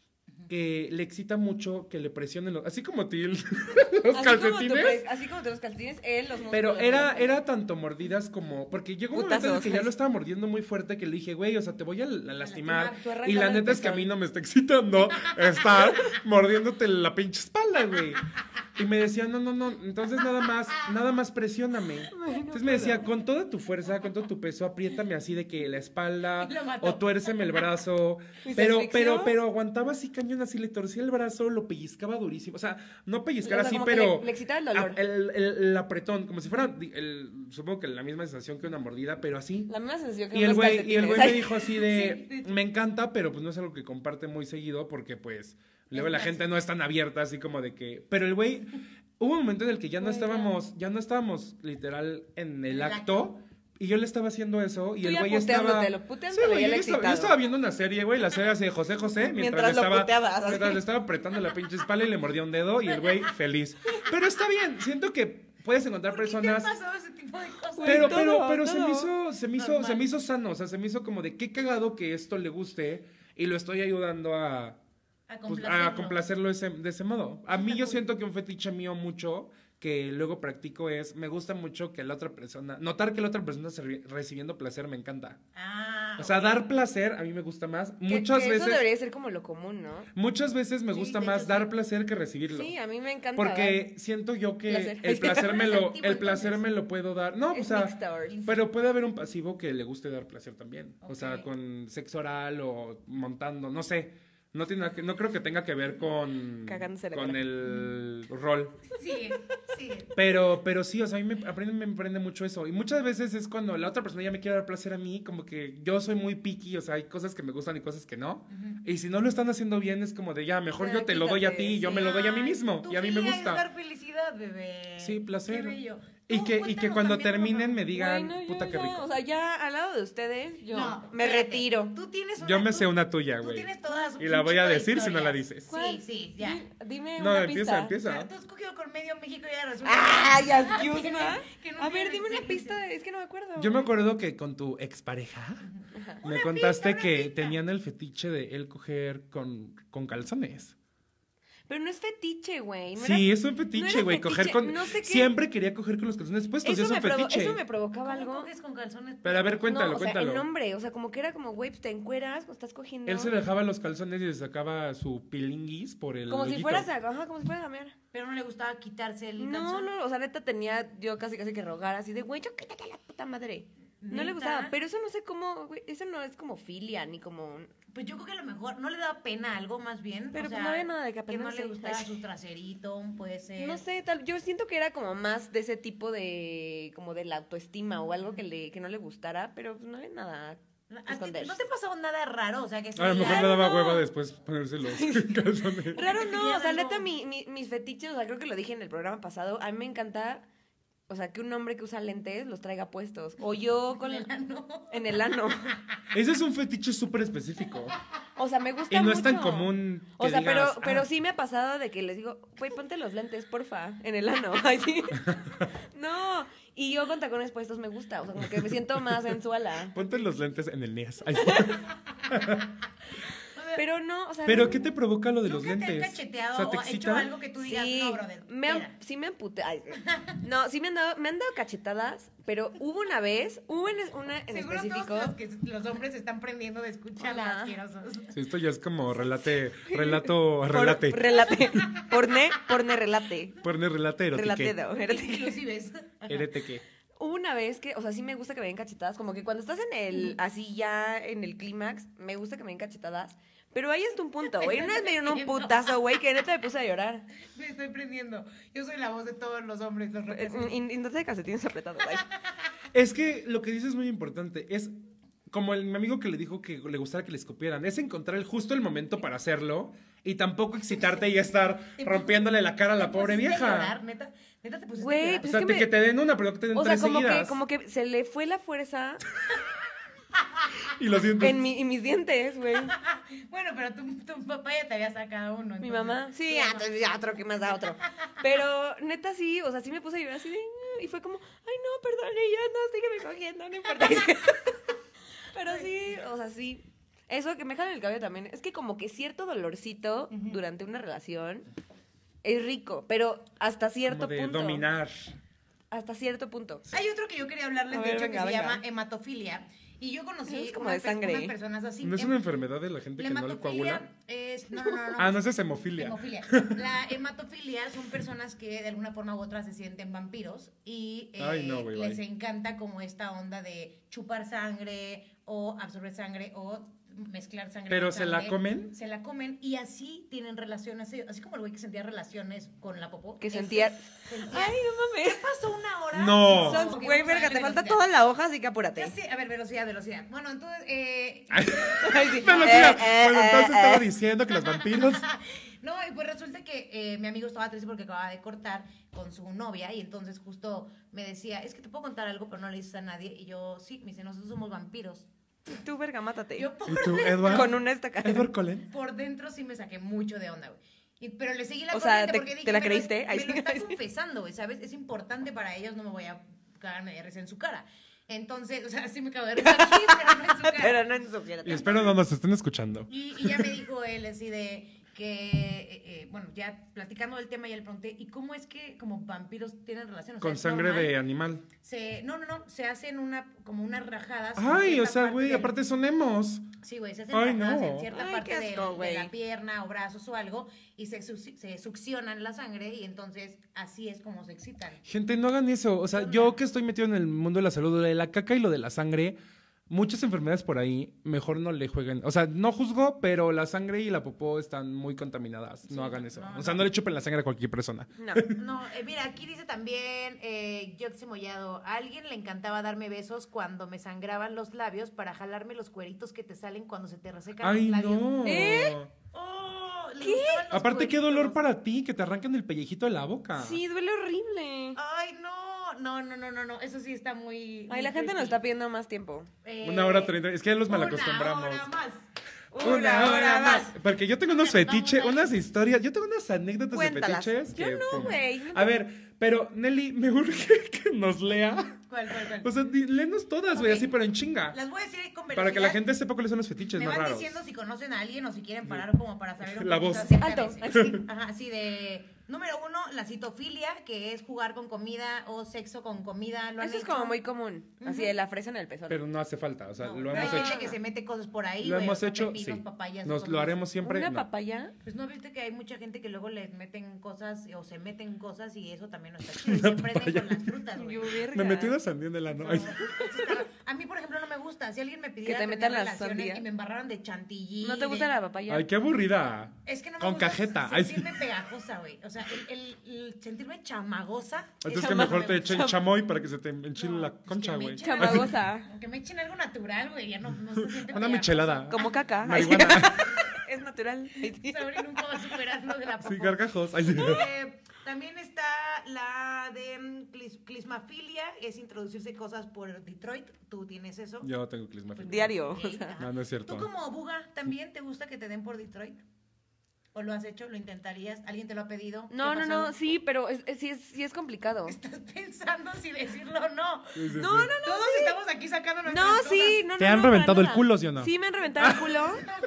que le excita mucho que le presionen los... Así como a ti el- los Así como tu calcetines. pre- así como te los calcetines, él los músculos. Pero era, era tanto mordidas como... Porque llegó un momento en el Putazos. que ya lo estaba mordiendo muy fuerte que le dije, güey, o sea, te voy a, la- lastimar. lastimar, tú Y arráncame la el neta es que a pezón. mí no me está excitando estar mordiéndote la pinche espalda, güey. Y me decía, no, no, no, entonces nada más, nada más presióname. Entonces me decía, con toda tu fuerza, con todo tu peso, apriétame así de que la espalda, Y lo mató. o tuérceme el brazo. ¿Y se Pero, asfixió? pero, pero aguantaba así cañón, así le torcía el brazo, lo pellizcaba durísimo. O sea, no pellizcar O sea, así, como que pero... le- le excitaba el dolor. a- El, el- el apretón, como si fuera, di- el, supongo que la misma sensación que una mordida, pero así. La misma sensación que Y el unos güey, y el calcetines. güey me Ay, dijo así de, me encanta, pero pues no es algo que comparte muy seguido porque pues luego la gente no es tan abierta así como de que, pero el güey, hubo un momento en el que ya no Güey, estábamos, ya no estábamos literal en el el acto Y yo le estaba haciendo eso y Tú el ya güey estaba... puteándotelo, Sí, puteándolo, güey, ya yo, le estaba, yo excitado. estaba viendo una serie, güey, la serie así de José José, mientras, Mientras le lo estaba, puteabas, así. mientras le estaba apretando la pinche espalda y le mordía un dedo y el güey feliz. Pero está bien, siento que puedes encontrar ¿Por qué te ha personas... pasado ese tipo de cosas? Pero, Todo, pero, pero se todo. me hizo, se me hizo, Normal. se me hizo sano, o sea, se me hizo como de qué cagado que esto le guste y lo estoy ayudando a, A pues, complacerlo. a complacerlo ese- de ese modo. A mí yo siento que un fetiche mío mucho que luego practico es, me gusta mucho que la otra persona, notar que la otra persona está re- recibiendo placer me encanta. Ah, O sea, ok. dar placer a mí me gusta más. Que- Muchas que veces, Eso debería ser como lo común, ¿no? muchas veces me Sí, gusta de más hecho, dar sí. placer que recibirlo. Sí, a mí me encanta. Porque siento yo que Placer. el placer me lo, Activo, el placer entonces. me lo puedo dar. No, Es o sea, mixed hours. pero puede haber un pasivo que le guste dar placer también. O sea, Ok. con sexo oral o montando, no sé. No tiene nada que- no creo que tenga que ver con, Cagándose la con cara. el rol. Sí, sí. Pero, pero sí, o sea, a mí me aprende, me emprende mucho eso. Y muchas veces es cuando la otra persona ya me quiere dar placer a mí, como que yo soy muy picky, o sea, hay cosas que me gustan y cosas que no. Y si no lo están haciendo bien, es como de ya, mejor Ya, yo te lo doy a quítate, ti y yo sí. me lo doy a mí Ay, mismo. tu Y a mí me filia es gusta. dar felicidad, bebé. Sí, placer. Qué bello. Y Tú, que, y que cuéntanos cuando también, por terminen favor. me digan, Bueno, yo puta que ya, rico. O sea, ya al lado de ustedes, yo No, me espérate. retiro. Tú tienes una, Yo me tú- sé una tuya, Tú güey. tienes todas Y la un voy a chingo de decir si no la historias. dices. Sí, sí, ya. Di- Dime No, una empieza, pista. empieza. Tú has cogido con medio México y ya resulta ¡Ah, ya, que no excuse tiene- me! que no A ver, tiene dime una experiencia. pista, es que no me acuerdo. Yo me acuerdo que con tu expareja me contaste pista, una que pista. tenían el fetiche de él coger con, con calzones. Pero no es fetiche, güey. no Sí, era- es un no fetiche, era güey. Coger fetiche, con. no sé qué- Siempre quería coger con los calzones puestos. y Eso es un me, provo- fetiche. eso me provocaba ¿Cómo algo. coges con calzones? Pero a ver, cuéntalo, no, o sea, cuéntalo. el nombre, o sea, como que era como, güey, pues te encueras, o estás cogiendo. Él se dejaba los calzones y le sacaba su pilinguis por el. Como si hoyito. fueras a, ajá, como si fueras a mear. Pero no le gustaba quitarse el No, calzón. no, o sea, neta tenía yo casi casi que rogar así de, güey, yo quítate la puta madre. No le ¿Neta? gustaba, pero eso no sé cómo, güey, eso no es como filia, ni como... Pues yo creo que a lo mejor no le daba pena algo más bien. Pero o pues sea, no había nada de que Que no apenarse. le gustaba su traserito, puede ser. No sé, tal, yo siento que era como más de ese tipo de, como de la autoestima o algo que le, que no le gustara, pero pues no había nada ¿A que ti esconder. ¿No te pasó nada raro? O sea, que A lo mejor digas, le daba no. hueva después ponerse los calzones. Raro no, o sea, algo. neta, mi, mi- mis fetiches, o sea, creo que lo dije en el programa pasado, a mí me encanta, o sea, que un hombre que usa lentes los traiga puestos. O yo con el ano. en el ano. Ese es un fetiche súper específico. O sea, me gusta Y no mucho. es tan común. Que O sea, digas, pero, pero "Ah". sí me ha pasado de que les digo, güey, ponte los lentes, porfa, en el ano. Ay, sí. No, y yo con tacones puestos me gusta, o sea, como que me siento más sensuala. Ponte los lentes en el N E A S. Ay, Pero no, o sea... pero no- ¿qué te provoca lo de los ¿Nunca te han lentes? cacheteado O sea, ¿te o hecho excita? algo que tú digas, Sí, no, brother? me han, espera"? sí me han pute- ay, sí. No, sí me han dado, me han dado cachetadas, pero hubo una vez, hubo en- una en Seguro específico. todos los, que los hombres se están prendiendo de escuchar Hola. asquerosos. Sí, esto ya es como relate, relato, Por- relate. relate. Porne, porne relate. Pone relate erotique. Relateo, erotique. Inclusives. Erotique. Hubo una vez que, o sea, sí me gusta que me den cachetadas, como que cuando estás en el, así ya en el clímax, me gusta que me den cachetadas, pero ahí está un punto, güey. Una vez me dieron un putazo, güey, que neta me puse a llorar. Me estoy prendiendo. Yo soy la voz de todos los hombres. Los Eh, represento. Y, y no te calcetines apretados, güey. Es que lo que dices es muy importante. Es como el, mi amigo que le dijo que le gustara que le escupieran. Es encontrar el, justo el momento para hacerlo y tampoco excitarte y estar rompiéndole la cara a la ¿Te pobre pusiste a vieja. llorar, neta, neta te pusiste Güey, a llorar? O pues sea, es te- que que, me- te den una, pero no que te den O sea, tres como que, seguidas. como que se le fue la fuerza Y lo sientes. en, mi, en mis dientes, güey. Bueno, pero tu, tu papá ya te había sacado uno. Mi entonces, mamá, sí, tu ya, mamá. entonces ya otro, que más da otro. Pero neta sí, o sea, sí me puse a llorar así de... Y fue como, ay no, perdón, y yo no, sígueme cogiendo, no importa. Pero sí, o sea, sí. Eso que me jalen el cabello también. Es que como que cierto dolorcito durante una relación es rico, pero hasta cierto Como de punto. dominar. Hasta cierto punto. Hay otro que yo quería hablarles, A de ver, hecho, venga, que se venga. llama hematofilia. Y yo conocí Es como unas de per- sangre. unas personas así. ¿No es Em- una enfermedad de la gente La que no le hematofilia coagula? es... No, no, no. no. Ah, no, esa es hemofilia. Hemofilia. La hematofilia son personas que de alguna forma u otra se sienten vampiros y eh, Ay, no, güey, les bye. encanta como esta onda de chupar sangre o absorber sangre o mezclar sangre. ¿Pero con se la sangre. comen? Se la comen y así tienen relaciones, así como el güey que sentía relaciones con la popó. Que ese sentía... sentía- Ay, no mames. pasó una hora. No. Son- Ok, Güey, vamos a verga, darle te falta velocidad. toda la hoja, así que apúrate. Ya sé, a ver, velocidad, velocidad. Bueno, entonces, eh, Ay, sí. Velocidad. Eh, eh, Bueno, eh, entonces eh. estaba diciendo que los vampiros. No, y pues resulta que eh, mi amigo estaba triste porque acababa de cortar con su novia y entonces justo me decía, es que te puedo contar algo, pero no le dices a nadie. Y yo, sí, me dice, nosotros somos vampiros. Tú, verga, mátate. Yo por, ¿Y tú, Edward? Con una estaca. ¿Edward Cullen? por dentro sí me saqué mucho de onda, güey. Y- Pero le seguí la O sea, corriente ¿te- porque dije, te la me lo- creíste? Me Ay, lo sí. está confesando, güey, ¿sabes? Es importante para ellos, no me voy a cagarme de risa en su cara. Entonces, o sea, sí me cago de risa aquí, pero no en su cara. Pero no en su cara. Y espero no nos estén escuchando. Y, y ya me dijo él así de que, eh, eh, bueno, ya platicando del tema, ya le pregunté, ¿y cómo es que como vampiros tienen relación? O sea, Con ¿es sangre normal? de animal. Se, no, no, no, se hacen una, como unas rajadas. en Ay, o cierta sea, parte güey, del- aparte son emos. Sí, güey, se hacen Ay, rajadas no. en cierta Ay, parte qué del- asco, de güey. la pierna o brazos o algo y se, suc- se succionan la sangre y entonces así es como se excitan. Gente, no hagan eso. O sea, yo que estoy metido en el mundo de la salud, lo de la caca y lo de la sangre, muchas enfermedades por ahí, mejor no le jueguen. O sea, no juzgo, pero la sangre y la popó están muy contaminadas. Sí, no hagan eso. no, o sea, no. no le chupen la sangre a cualquier persona. No. No, eh, mira, aquí dice también eh, Yoxi Mollado, a alguien le encantaba darme besos cuando me sangraban los labios para jalarme los cueritos que te salen cuando se te resecan Ay, los labios. no. ¿Eh? Oh, le ¿Qué? gustaban los Aparte, qué cueritos. dolor para ti que te arranquen el pellejito de la boca. Sí, duele horrible. Ay, no, no, no, no, no, no, eso sí está muy... Ay, muy la gente nos creepy. está pidiendo más tiempo. Eh, Una hora treinta. Es que ya los malacostumbramos. Una hora más. Una hora más. Porque yo tengo unos Vamos fetiches, a ir. unas historias, yo tengo unas anécdotas Cuéntalas. de fetiches. Yo que, no, pum. güey. A ver, pero Nelly, me urge que nos lea. ¿Cuál, cuál, cuál? O sea, di- léenos todas, güey, Ok. así, pero en chinga. Las voy a decir con Para que la velocidad. gente sepa cuáles son los fetiches Me más van raros. diciendo si conocen a alguien o si quieren parar como para saber un La poquito voz. acerca Alto. de ese. Ajá, así de... Número uno, la citofilia, que es jugar con comida o sexo con comida. ¿Lo han Eso es hecho? como muy común. Así de la fresa en el pezón. Pero no hace falta, o sea, No, lo pero hemos hay hecho. gente que se mete cosas por ahí. Lo güey, hemos o sea, hecho, pepinos, sí. papayas, Nos cosas lo así. haremos siempre. ¿Una no. papaya? Pues no viste que hay mucha gente que luego le meten cosas o se meten cosas y eso también no está chido. Y se prenden con las frutas, güey. Yo, verga. Me metí una sandía en el ano. No, Ay, sí está- a mí, por ejemplo, no me gusta. Si alguien me pidiera te tener metan la relaciones sandía. y me embarraran de chantilly. ¿No te gusta de- la papaya? ay, qué aburrida. Es que no me Con gusta cajeta. Ay, sí. sentirme pegajosa, güey. O sea, el, el- el sentirme chamagosa. Entonces eso que no mejor me te gusta. echen chamoy para que se te enchile No, la pues concha, que me güey. echen Chamagosa. algo- Que me echen algo natural, güey. Ya no, no se siente Una pegajosa. michelada. Como caca. Marihuana. Es natural. Sabri nunca va a superar lo de la popó. Sí, gargajos. Ay, sí. Eh, también está la de mm, clis- clismafilia, es introducirse cosas por Detroit. Tú tienes eso. Yo tengo clismafilia. Diario. Ok, o sea. ajá. No, no es cierto. ¿Tú como buga también te gusta que te den por Detroit? ¿O lo has hecho? ¿Lo intentarías? ¿Alguien te lo ha pedido? ¿Qué No, ha no, pasado? no, sí, pero es, es- sí, es, sí es complicado. Estás pensando si decirlo o no. Sí, sí, No, sí. no, no. Todos estamos aquí sacando nuestras No, cosas. sí, no, no. ¿Te han no, para reventado el nada. culo, sí o no? Sí, me han reventado el culo.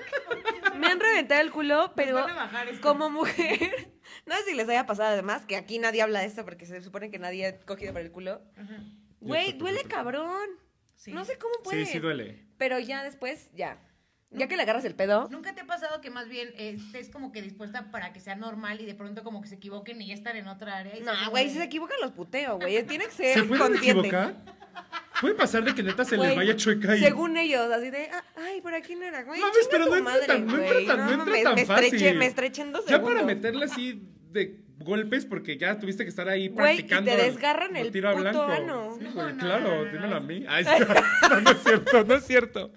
Me han reventado el culo, pero van a bajar esto. como mujer, no sé si les haya pasado además, que aquí nadie habla de esto porque se supone que nadie ha cogido por el culo. Ujú. Güey, estoy duele perfecto. cabrón. Sí. No sé cómo puede. Sí, sí duele. Pero ya después, ya. Ya que le agarras el pedo. ¿Nunca te ha pasado que más bien eh, estés como que dispuesta para que sea normal y de pronto como que se equivoquen y ya están en otra área? y No, sea como güey, de- si se equivocan los puteo, güey. Tiene que ser ¿Se pueden consciente. equivocar? Puede pasar de que neta se Güey, les vaya chueca y... Según ellos, así de, ah, ay, por aquí no era, güey. Mames, chinga pero tu no entra madre, tan- no entra güey. tan- no entra mames, tan me estreché, fácil. me estreché en dos Ya segundos. para meterle así de golpes porque ya tuviste que estar ahí Güey, y practicando. te desgarran el tiro a puto blanco. ano. Sí, No, güey, no, claro, no, no, no, dímelo no. a mí. Ay, sí. No, no es cierto, no es cierto.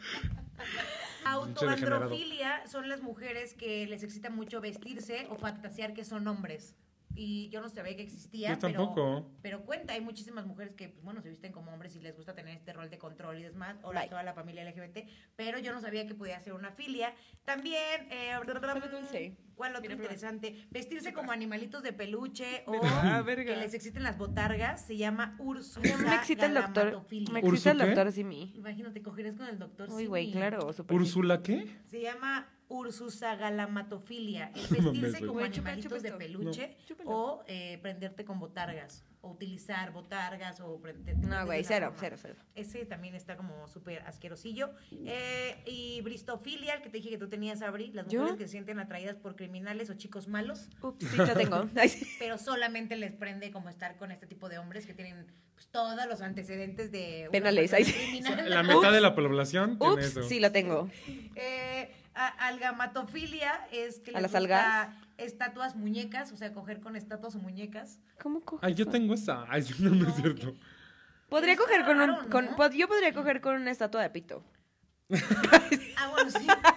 Autoandrofilia son las mujeres que les excita mucho vestirse o fantasear que son hombres. Y yo no sabía que existía, Yo tampoco. Pero, pero cuenta, hay muchísimas mujeres que, pues, bueno, se visten como hombres y les gusta tener este rol de control y demás, o la, Bye. toda la familia L G B T, pero yo no sabía que podía ser una filia. También, eh, Sabe dulce. ¿cuál otro Mira, prueba. interesante? Vestirse como animalitos de peluche o Ah, verga. que les exciten las botargas, se llama Ursus. No me excita el doctor. Me ¿Ursu excita el qué? doctor Simi. Imagínate, cogerías con el doctor. Uy, güey, Simi. claro. Super ¿Úrsula qué? Se llama ursusagalamatofilia. Es No vestirse mames, como güey. Chupa, animalitos chupa de esto. peluche No. Chúpalo. o eh, prenderte con botargas. O utilizar botargas o prender. No, güey, cero, cero, cero. Ese también está como súper asquerosillo. Eh, y bristofilia, el que te dije que tú tenías, Abri. Las ¿Yo? mujeres que se sienten atraídas por criminales o chicos malos, Ups, sí, yo tengo. Ay, sí. pero solamente les prende como estar con este tipo de hombres que tienen pues, todos los antecedentes de una Penales, persona ay, sí. criminal. La mitad de la población tiene Ups, eso. sí lo tengo. Eh, a- algamatofilia es que ¿A les las gusta algas? estatuas muñecas, o sea, coger con estatuas o muñecas. ¿Cómo coges? Ay, yo tengo esa. Ay, no, no es cierto. Podría Está coger con un... raro, con- ¿no? pod- yo podría coger con una estatua de pito. Ah, bueno, sí, como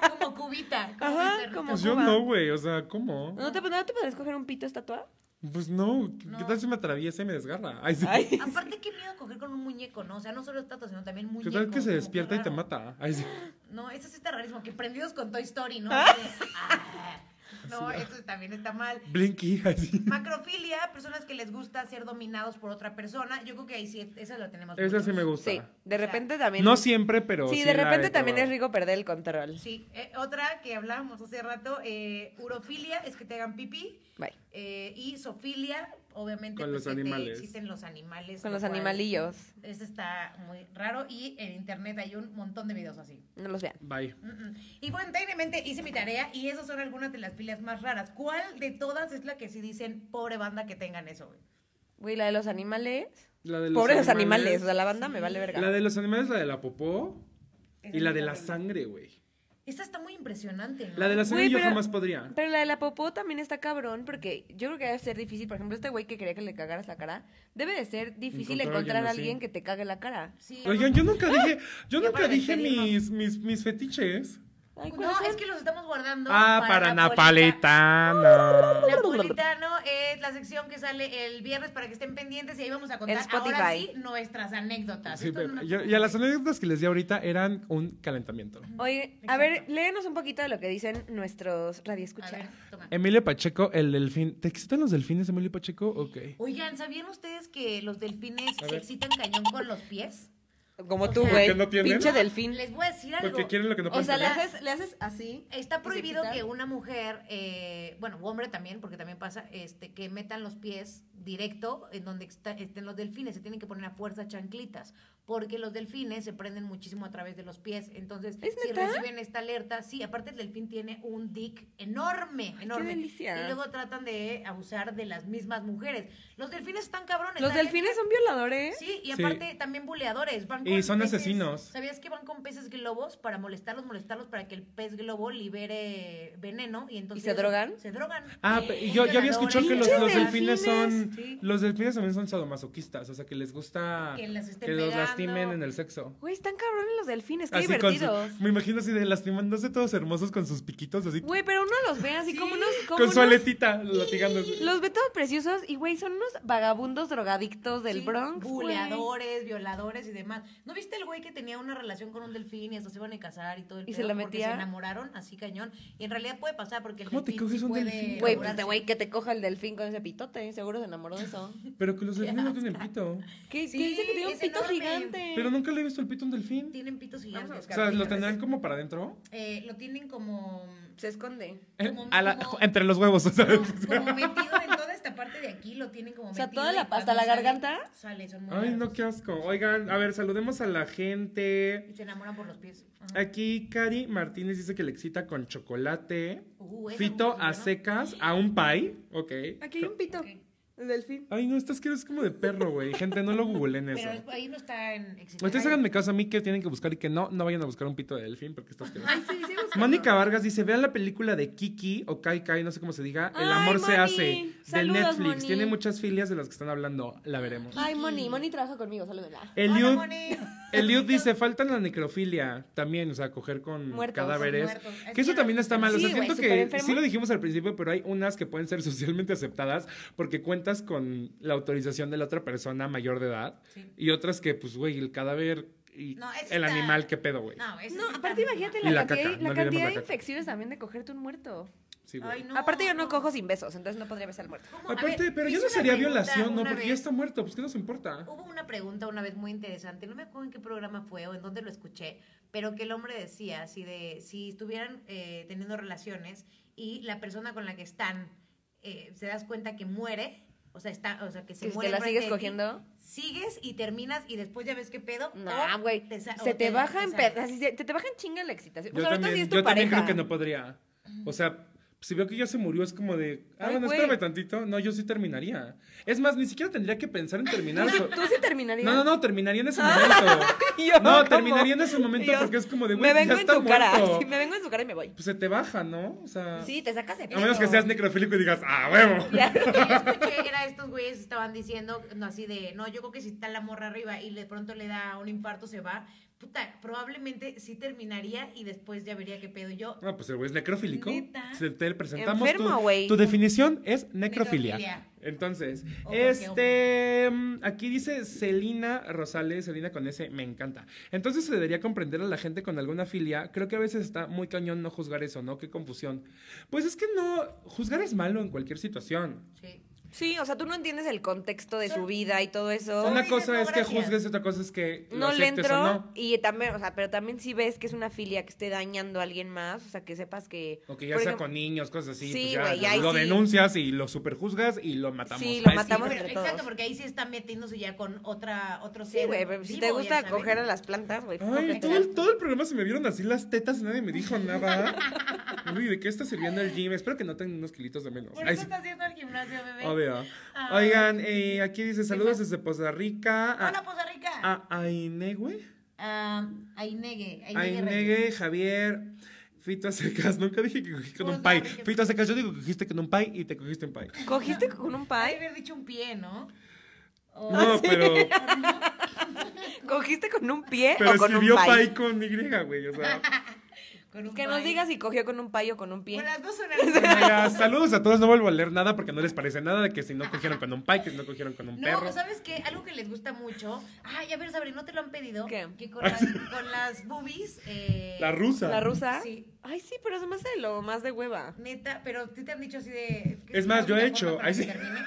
cubita. como Ajá, mi perrito. como- Pues yo Cuba. no, güey, o sea, ¿cómo? ¿No te, ¿no te podrías coger un pito estatua? Pues no, ¿qué, No. qué tal si me atraviesa y me desgarra? Ay, sí. Ay. Aparte, qué miedo coger con un muñeco, ¿no? O sea, no solo estatua, sino también muñeco. ¿Qué tal que se como despierta y te raro. mata? Ay, sí. No, eso sí está rarísimo, que prendidos con Toy Story, ¿no? Así de, ah, no, eso también está mal. Blinky, ay, sí. Macrofilia, personas que les gusta ser dominados por otra persona. Yo creo que ahí sí, esa la tenemos. Esa sí muchos. me gusta. Sí, de repente también. No siempre, pero Sí, sí de la repente he también es probado. rico perder el control. Sí, eh, otra que hablábamos hace rato, eh, urofilia, es que te hagan pipí. Bye. Eh, y zoofilia, obviamente, Con pues, los que te animales. existen los animales. Con lo los cual, animalillos. Eso está muy raro. Y en internet hay un montón de videos así. No los vean. Bye. Mm, mm. Y bueno, técnicamente hice mi tarea y esas son algunas de las filias más raras. ¿Cuál de todas es la que sí dicen, pobre banda, que tengan eso, güey? Güey, la de los animales. La de los Pobres los animales. animales. O sea, la banda Sí. me vale verga. La de los animales, la de la popó Esa y la es de mi la favorita. sangre, güey. Esa está muy impresionante, ¿no? La de la sangre Güey, yo pero- jamás podría. Pero la de la popó también está cabrón, porque yo creo que debe ser difícil. Por ejemplo, este güey que quería que le cagaras la cara, debe de ser difícil Encontrar a encontrar a alguien alguien así. que te cague la cara. Sí, Oigan, yo nunca dije, yo Ya nunca para dije despedirnos. mis, mis, mis fetiches. Ay, No, corazón. es que los estamos guardando. Ah, para Napolita- Napolitano. Napolitano es la sección que sale el viernes para que estén pendientes y ahí vamos a contar En Spotify. ahora sí nuestras anécdotas. Sí, Esto pero no- yo- y a las anécdotas que les di ahorita eran un calentamiento. Oye, a ver, léenos un poquito de lo que dicen nuestros A radioescuchas. ver, toma. Emilio Pacheco, el delfín. ¿Te excitan los delfines, Emilio Pacheco? Ok. Oigan, ¿sabían ustedes que los delfines A se ver. excitan cañón con los pies? Como O tú, sea, güey. ¿por qué no tienen? Pinche delfín. Les voy a decir algo. Porque quieren lo que no O pueden sea, le tener. haces, le haces así. Está ¿Y se prohibido excita? que una mujer, eh, bueno, hombre también, porque también pasa, este, que metan los pies directo en donde está- estén los delfines. Se tienen que poner a fuerza chanclitas, porque los delfines se prenden muchísimo a través de los pies. Entonces, ¿Es si neta? reciben esta alerta, sí, aparte el delfín tiene un dick enorme, enorme. delicia. Y luego tratan de abusar de las mismas mujeres. Los delfines están cabrones. Los la delfines neta. son violadores. Sí, y Sí. aparte también buleadores. Van Y con son peces- asesinos. ¿Sabías que van con peces globos para molestarlos, molestarlos para que el pez globo libere veneno y entonces se drogan? Se drogan. Ah, pe- y yo, yo había escuchado que los, Pinches los delfines son. delfines. Sí. Los delfines también son sadomasoquistas. O sea, que les gusta Que las estén que los pegando. lastimen en el sexo. Güey, están cabrones los delfines, qué Así con divertidos. su, me imagino así de lastimándose todos hermosos con sus piquitos, así. Güey, pero uno los ve así Sí. como unos... Como Con su unos- aletita, latigando. Los ve todos preciosos y, güey, son unos vagabundos drogadictos del Sí, Bronx, güey. buleadores, violadores y demás. ¿No viste el güey que tenía una relación con un delfín y hasta se iban a casar y todo el ¿Y se pedo la porque metía? se enamoraron así cañón? Y en realidad puede pasar porque el ¿Cómo te delfín coges sí un puede delfín? Güey, pues enamorarse. de güey que te coja el delfín con ese pitote, seguro se enamoró de eso. Pero que los delfines no tienen pito. ¿Qué, Sí, ¿qué dice que tiene un es pito enorme. gigante? Pero nunca le he visto el pito a un delfín. Tienen pitos gigantes. O sea, ¿lo tendrán como para adentro? Eh, lo tienen como... Se esconde. Eh, Como- a la- como- entre los huevos, o sea. Como, como metido en toda esta parte de aquí, lo tienen como O sea, metido toda la- y cuando hasta la sale, garganta. Sale, son muy Ay, no, largos. qué asco. Oigan, a ver, saludemos a la gente. Y se enamoran por los pies. Ajá. Aquí Cari Martínez dice que le excita con chocolate. Uh, ese es Fito muy a bueno. secas, a un pie. Ok. Aquí hay un pito. Ok. El delfín. Ay, no, estás que eres como de perro, güey. Gente, no lo googleen eso. Pero es- ahí no está en excitación. Ustedes háganme caso a mí que tienen que buscar y que no, no vayan a buscar un pito de delfín porque estás que Ay, sí, sí, buscando. Mónica Vargas dice, vean la película de Kiki o Kai Kai, no sé cómo se diga, El Ay, amor se Moni. hace, de Saludos, Netflix. Moni. Tiene muchas filias de las que están hablando, la veremos. Ay, Moni, Moni trabaja conmigo, salúdenla. Hola, Eliud, Moni. Eliud dice, falta la necrofilia también, o sea, coger con Muertos. cadáveres. Muertos. Es Que eso que también no- está mal, o sea, Sí, güey, siento súper que enfermo. sí lo dijimos al principio, pero hay unas que pueden ser socialmente aceptadas porque cuentas con la autorización de la otra persona mayor de edad Sí. y otras que, pues, güey, el cadáver y No, eso el está- animal, ¿qué pedo, güey? No, ese No, sí está aparte muy imagínate Y la, la cantidad, caca, la no olvidemos cantidad la de caca. infecciones también de cogerte un muerto. Sí, güey. Ay, no, Aparte yo no no. cojo sin besos, entonces no podría besar al muerto. ¿Cómo? A Aparte, ver, pero ya hice no una sería pregunta violación, ¿no? una Porque ya vez. está muerto, pues, ¿qué nos importa? Hubo una pregunta una vez muy interesante, no me acuerdo en qué programa fue o en dónde lo escuché, pero que el hombre decía así de si estuvieran eh, teniendo relaciones y la persona con la que están eh, se das cuenta que muere, o sea, está, o sea, que se Que si muere te la enfrente sigues de ti, cogiendo. sigues y terminas y después ya ves qué pedo. No, o güey. sa- o Se te baja te en sale. pedazos. Se te baja en chinga la excitación. Yo Pues ahorita también, sí es tu yo también pareja. creo que no podría. O sea, si veo que ya se murió, es como de, ah, Ay, bueno, güey. espérame tantito. No, yo sí terminaría. Es más, ni siquiera tendría que pensar en terminar. so- ¿Tú sí terminarías? No, no, no, terminaría en ese momento. Yo, No, ¿cómo? terminaría en ese momento Yo, porque es como de, Me güey, vengo ya en está su cara. muerto. Sí, me vengo en su cara y me voy. Pues se te baja, ¿no? O sea, Sí, te sacas de a menos que pedo. seas necrofílico y digas, ah, huevo. Ya. Lo que yo escuché era estos güeyes estaban diciendo no, así de, no, yo creo que si está la morra arriba y de pronto le da un infarto se va, puta, probablemente sí terminaría y después ya vería qué pedo yo. No, pues el güey es necrofílico. ¿Neta? Se- Te presentamos Enfermo, tu, güey. tu definición es necrofilia. Necrofilia. Entonces, O porque, este, mm, aquí dice Celina Rosales, Celina con ese, me encanta. Entonces se debería comprender a la gente con alguna filia. Creo que a veces está muy cañón no juzgar eso, ¿no? Qué confusión. Pues es que no, juzgar es malo en cualquier situación. Sí. Sí, o sea, tú no entiendes el contexto de Son- su vida y todo eso. Son- Una dices, cosa no, es que gracias. juzgues, otra cosa es que lo No le aceptes entro o no. y también, o sea, pero también si ves que es una filia que esté dañando a alguien más, o sea, que sepas que... O que ya por sea ejemplo, con niños, cosas así. Sí, pues ya güey, ahí lo sí. denuncias y lo superjuzgas y lo matamos. Sí, lo Ay, matamos. Pero, entre exacto, todos. porque ahí sí está metiéndose ya con otra, otro Sí, ser güey, pero si vivo, te ya gusta sabes. coger a las plantas, güey, Ay, cógetela. todo el, todo el programa se me vieron así las tetas y nadie me dijo nada. Uy, ¿de qué está sirviendo el gym? Espero que no tengan unos kilitos de menos. Por Ay, eso sí. está haciendo el gimnasio, bebé. Obvio. Ay. Oigan, eh, aquí dice saludos desde Poza Rica. A, Hola, Poza Rica. a Ainegüe. Ah, Ainegue. Ainegue. Ainegue, Javier. Fito Secas. Nunca dije que cogí con un Poza pay. Rica. Fito Secas, yo digo que cogiste con un pay y te cogiste un pay. ¿Cogiste con un Hay pay? haber dicho un pie, ¿no? O- No, pero, ¿Cogiste con un pie pero o con un escribió pay? pay con Y, güey. O sea. con un Que nos pie. digas si cogió con un pay o con un pie. Pues las dos son Oiga, saludos a todos. No vuelvo a leer nada porque no les parece nada de que si no cogieron con un pay, que si no cogieron con un No, perro. ¿sabes qué? Algo que les gusta mucho. Ay, a ver, Sabrina, ¿no te lo han pedido? ¿Qué? Que con las, con las boobies. Eh, La rusa. ¿La rusa? Sí. Ay, sí, pero se me hace lo más de hueva. Neta, pero sí te han dicho así de. ¿qué Es más, la yo he única hecho, forma para ay, que sí. termine?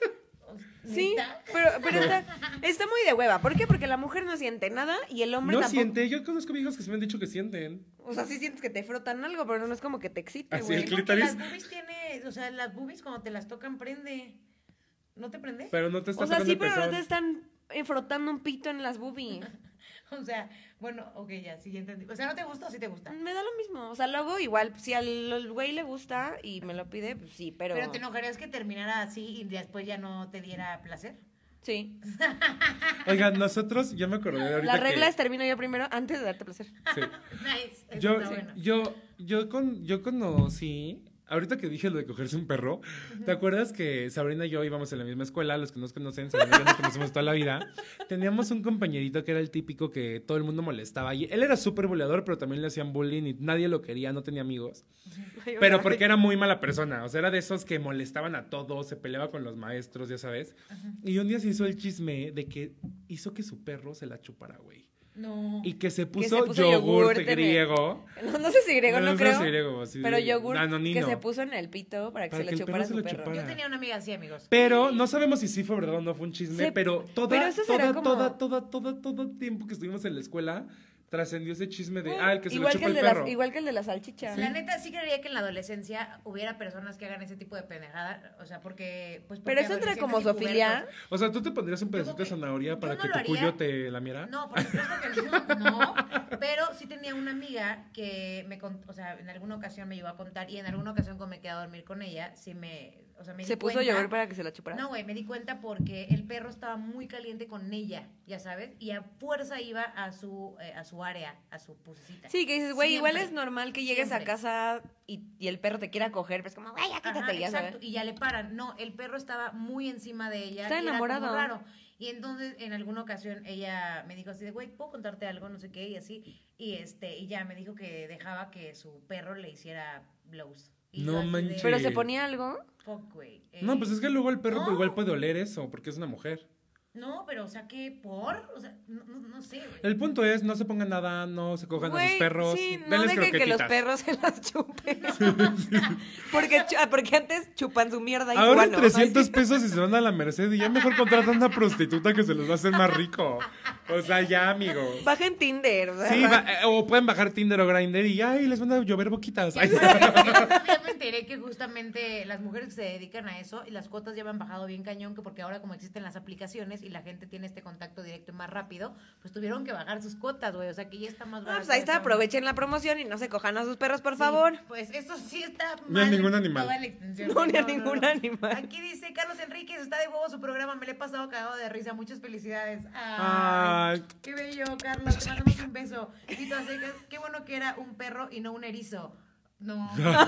Sí, ¿Neta? pero, pero está, está muy de hueva. ¿Por qué? Porque la mujer no siente nada y el hombre No tampoco. siente. Yo conozco viejos que se me han dicho que sienten. O sea, sí sientes que te frotan algo, pero no es como que te excite, Así güey. el Porque clítoris. las boobies tiene. O sea, las boobies cuando te las tocan prende. ¿No te prende? Pero no te está O sea, tocando sí, el pero no pezón. te están eh, frotando un pito en las boobies. O sea, bueno, ok, ya, sí, ya entendí. O sea, ¿no te gusta o sí te gusta? Me da lo mismo. O sea, luego igual, si al al güey le gusta y me lo pide, pues sí, pero... Pero te enojarías que terminara así y después ya no te diera placer. Sí. Oigan, nosotros, yo me acordé de ahorita La regla que... es termino yo primero antes de darte placer. Sí. Nice. Eso Yo, está bueno. yo, yo, con, yo conocí, ahorita que dije lo de cogerse un perro, ¿te acuerdas que Sabrina y yo íbamos en la misma escuela? Los que nos conocen, Sabrina y yo nos conocemos toda la vida. Teníamos un compañerito que era el típico que todo el mundo molestaba. Y él era súper buleador, pero también le hacían bullying y nadie lo quería, no tenía amigos. Pero porque era muy mala persona, o sea, era de esos que molestaban a todos, se peleaba con los maestros, ya sabes. Y un día se hizo el chisme de que hizo que su perro se la chupara, güey. No. Y que se se puso, puso yogurt yogurt en el- griego. No, no sé si griego, no, No sé creo. si griego, así pero de yogur danonino. que se puso en el pito para que Para se que le el chupara perro a se su lo perro. chupara. Yo tenía una amiga así, amigos. Pero no sabemos si sí fue verdad o no fue un chisme, Se- pero toda, pero eso será toda, como- toda, toda, toda, todo el tiempo que estuvimos en la escuela trascendió ese chisme de, ah, el que se igual, lo que chupa el el, de perro. las, igual que el de la salchicha. La neta, sí creería que en la adolescencia hubiera personas que hagan ese tipo de pendejada. O sea, porque. Pues, Pero porque eso entra como adolescentes y zoofilia. pubertos. O sea, ¿tú te pondrías un Yo pedacito de creo que- zanahoria yo para no que lo tu haría. cuyo te lamiera? No, por supuesto que no, no. Pero sí tenía una amiga que me cont- o sea, en alguna ocasión me llevó a contar y en alguna ocasión cuando me quedé a dormir con ella, sí me, o sea, me Se di puso cuenta. yogur para que se la chupara. No, güey, me di cuenta porque el perro estaba muy caliente con ella, ya sabes, y a fuerza iba a su eh, a su área, a su pusecita. Sí, que dices, güey, igual Siempre. es normal que llegues Siempre. a casa y, y el perro te quiera coger, pero es como, güey, ya quítate, Ajá, ya exacto, sabes. y ya le paran. No, el perro estaba muy encima de ella. Está y era enamorado. como raro. Y entonces, en alguna ocasión, ella me dijo así de, güey, ¿puedo contarte algo? No sé qué, y así. Y este, y ya me dijo que dejaba que su perro le hiciera blows. Y No yo así de, manches. Pero se ponía algo. Fuck, güey. Eh, No, pues es que luego el perro no. igual puede oler eso, porque es una mujer. No, pero, o sea, ¿qué? ¿Por? O sea, no, no, no sé, güey. El punto es, no se pongan nada, no se cojan a Güey, sus perros, sí, no denles dejen que los croquetitas. perros se las chupen. porque, chu- ah, porque antes chupan su mierda y su Ahorran ano. trescientos pesos y se van a la Merced y ya mejor contratan una prostituta que se los va a hacer más rico. O sea, ya, amigos. Bajen Tinder. O sea, Sí, va- eh, o pueden bajar Tinder o Grindr y ya, y les van a llover boquitas. Ya Ay, me, enteré, ya me enteré que justamente las mujeres que se dedican a eso y las cuotas ya me han bajado bien cañón, que porque ahora como existen las aplicaciones y la gente tiene este contacto directo y más rápido, pues tuvieron que bajar sus cuotas, güey, o sea que ya está más Ah, barato. pues ahí está, esa onda. aprovechen la promoción y no se cojan a sus perros, por Sí, favor. Pues eso sí está Ni a mal ningún en animal. toda la extensión. No, güey, ni a ningún animal. Aquí dice Carlos Enríquez, está de huevo su programa, me le he pasado cagado de risa, muchas felicidades. Ay, Ay. qué bello, Carlos, te mandamos un beso. Tito Acecas, qué bueno que era un perro y no un erizo. No.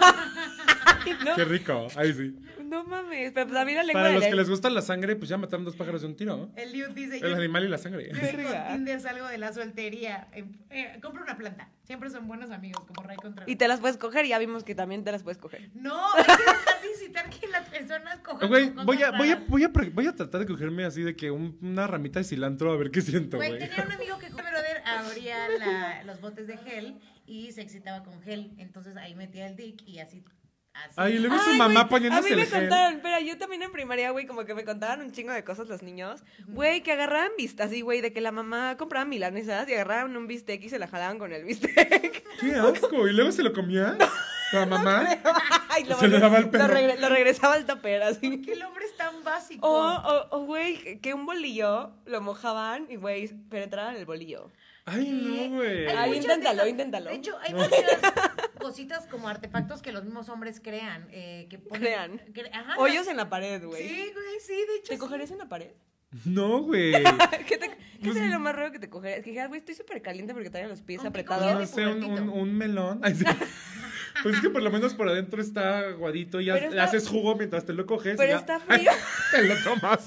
¿No? Qué rico. Ahí sí. No mames, pero pues a mí la lengua Para de los la- que les gusta la sangre, pues ya mataron dos pájaros de un tiro, ¿no? El Liu dice, El yo, animal y la sangre. yo Verga. con Tinder salgo de la soltería. Eh, eh, compro una planta. Siempre son buenos amigos, como Ray contra. Y te las puedes coger, ya vimos que también te las puedes coger. No, hay que dejar de incitar que las personas cojan Güey, con voy a, cosas voy, a, raras. voy, a, pre- voy a tratar de cogerme así de que un- una ramita de cilantro a ver qué siento, Güey, güey. tenía un amigo que, brother, abría la- los botes de gel y se excitaba con gel. Entonces ahí metía el dick y así. así. Ay, y luego su Ay, mamá güey, poniéndose A mí me el gel. contaron, pero yo también en primaria, güey, como que me contaban un chingo de cosas los niños. Güey, que agarraban bistec, así, güey, de que la mamá compraba milanesas y agarraban un bistec y se la jalaban con el bistec. Qué asco. ¿Y luego se lo comía? ¿La mamá? Ay, Se le daba al perro. Lo, regre- lo regresaba al topper, así. ¿Por qué el hombre es tan básico? O, o, o, güey, que un bolillo lo mojaban y, güey, penetraban el bolillo. Ay, no, güey. Hay Ay, muchas inténtalo, de esas- inténtalo. De hecho, hay muchas cositas como artefactos que los mismos hombres crean. Eh, que ponen- Crean. cre- ajá, Hoyos en la pared, güey. Sí, güey, sí, de hecho. ¿Te sí. cogerías en la pared? No, güey. ¿Qué, te- qué sería lo más raro que te cogerías? Que dijeras, güey, estoy súper caliente porque traigo los pies Aunque apretados. cogías No de sé, un, juguetito. un, un melón. Ay, sí. Pues es que por lo menos por adentro está aguadito y Pero ha- está- haces jugo mientras te lo coges. y Pero ya está frío. te lo tomas.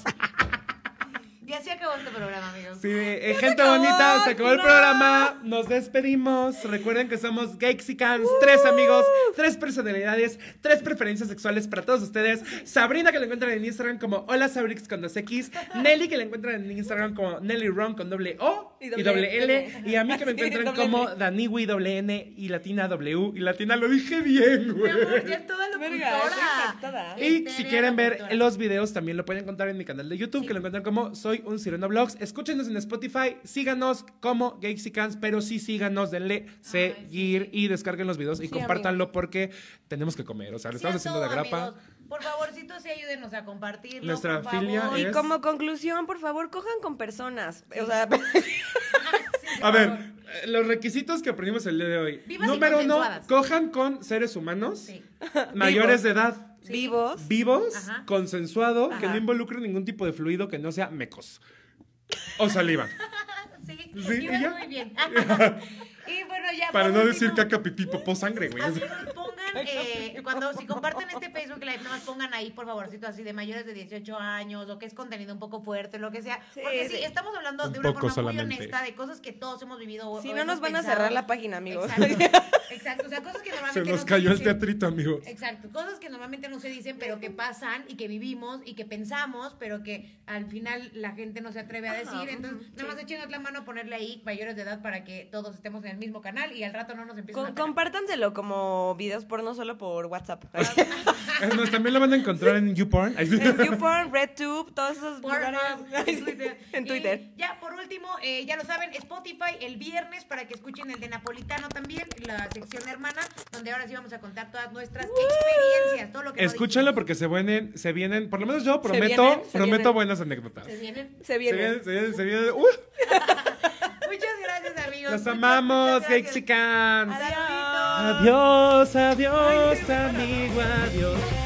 Y así acabó este programa, amigos. Sí, eh, gente acabó, bonita, se acabó el no. programa. Nos despedimos. Recuerden que somos Gayxicans, tres amigos, tres personalidades, tres preferencias sexuales para todos ustedes. Sabrina, que la encuentran en Instagram como Hola Sabrix con dos X. Nelly, que la encuentran en Instagram como Nelly Ron con doble O Y y doble doble L. L. Y a mí que me Sí, encuentran doble como L. Daniwi doble N y Latina W. Y Latina lo dije bien, Mi güey. amor, ya es toda la Verga, estoy impactada. Y Este, si vea quieren la ver cultura. los videos, también lo pueden encontrar en mi canal de YouTube, que lo encuentran como Soy un Sireno Vlogs. Escúchenos en Spotify, síganos como Gayxicans, pero sí síganos, denle seguir y descarguen los videos y Sí, compártanlo porque tenemos que comer. O sea, le Sí, estamos a haciendo de todo, grapa. amigos. Por favorcito, sí, ayúdenos a compartirlo. Nuestra por filia favor. Y es- como conclusión, por favor, cojan con personas. O sea, Sí, A por ver, favor. eh, los requisitos que aprendimos el día de hoy. Vivas y Número uno, consensuadas. cojan con seres humanos Sí. mayores Vivos. de edad. Sí. vivos. Vivos, Ajá. consensuado, que Ajá. no involucre ningún tipo de fluido que no sea mecos o saliva. Sí, Sí, y ibas ya. muy bien. y bueno, ya. Para por no último, decir caca, pipí, popó, sangre, güey. Amigos, pongan, eh, cuando si comparten este Facebook Live, nada más pongan ahí, por favorcito, así de mayores de dieciocho años, o que es contenido un poco fuerte, lo que sea. Sí, Porque sí, sí. estamos hablando Un de una poco forma muy solamente. honesta, de cosas que todos hemos vivido. o- Si o no, nos hemos van a pensado. cerrar la página, amigos. Exacto, exacto, o sea, cosas que Se normalmente nos no cayó el dicen. teatrito, amigos. Exacto, cosas que normalmente no se dicen, pero que pasan y que vivimos y que pensamos, pero que al final la gente no se atreve a decir. Ajá, Entonces, ujú, nada más sí. échenos la mano, ponerle ahí mayores de edad para que todos estemos en el mismo canal y al rato no nos empiecen Con- a pegar. compártanselo como videos porno solo por WhatsApp. Es más, también lo van a encontrar en YouPorn. Ay, sí. En YouPorn, RedTube, todos esos Pornhub, lugares. en Twitter. En Y Twitter. ya, por último, eh, ya lo saben, Spotify el viernes para que escuchen el de Napolitano también, la sección hermana, donde ahora sí vamos a contar todas nuestras experiencias, todo lo que no Escúchenlo dijimos. porque se vienen, se vienen, por lo menos yo Se prometo, vienen, se prometo vienen. buenas anécdotas. Se vienen. Se Se viene. vienen, se vienen, se vienen. ¡Uh! Muchas gracias, amigos. Los Muchas, amamos, muchas gracias. Gayxicans. Adiós. Adiós, adiós, amigo, adiós.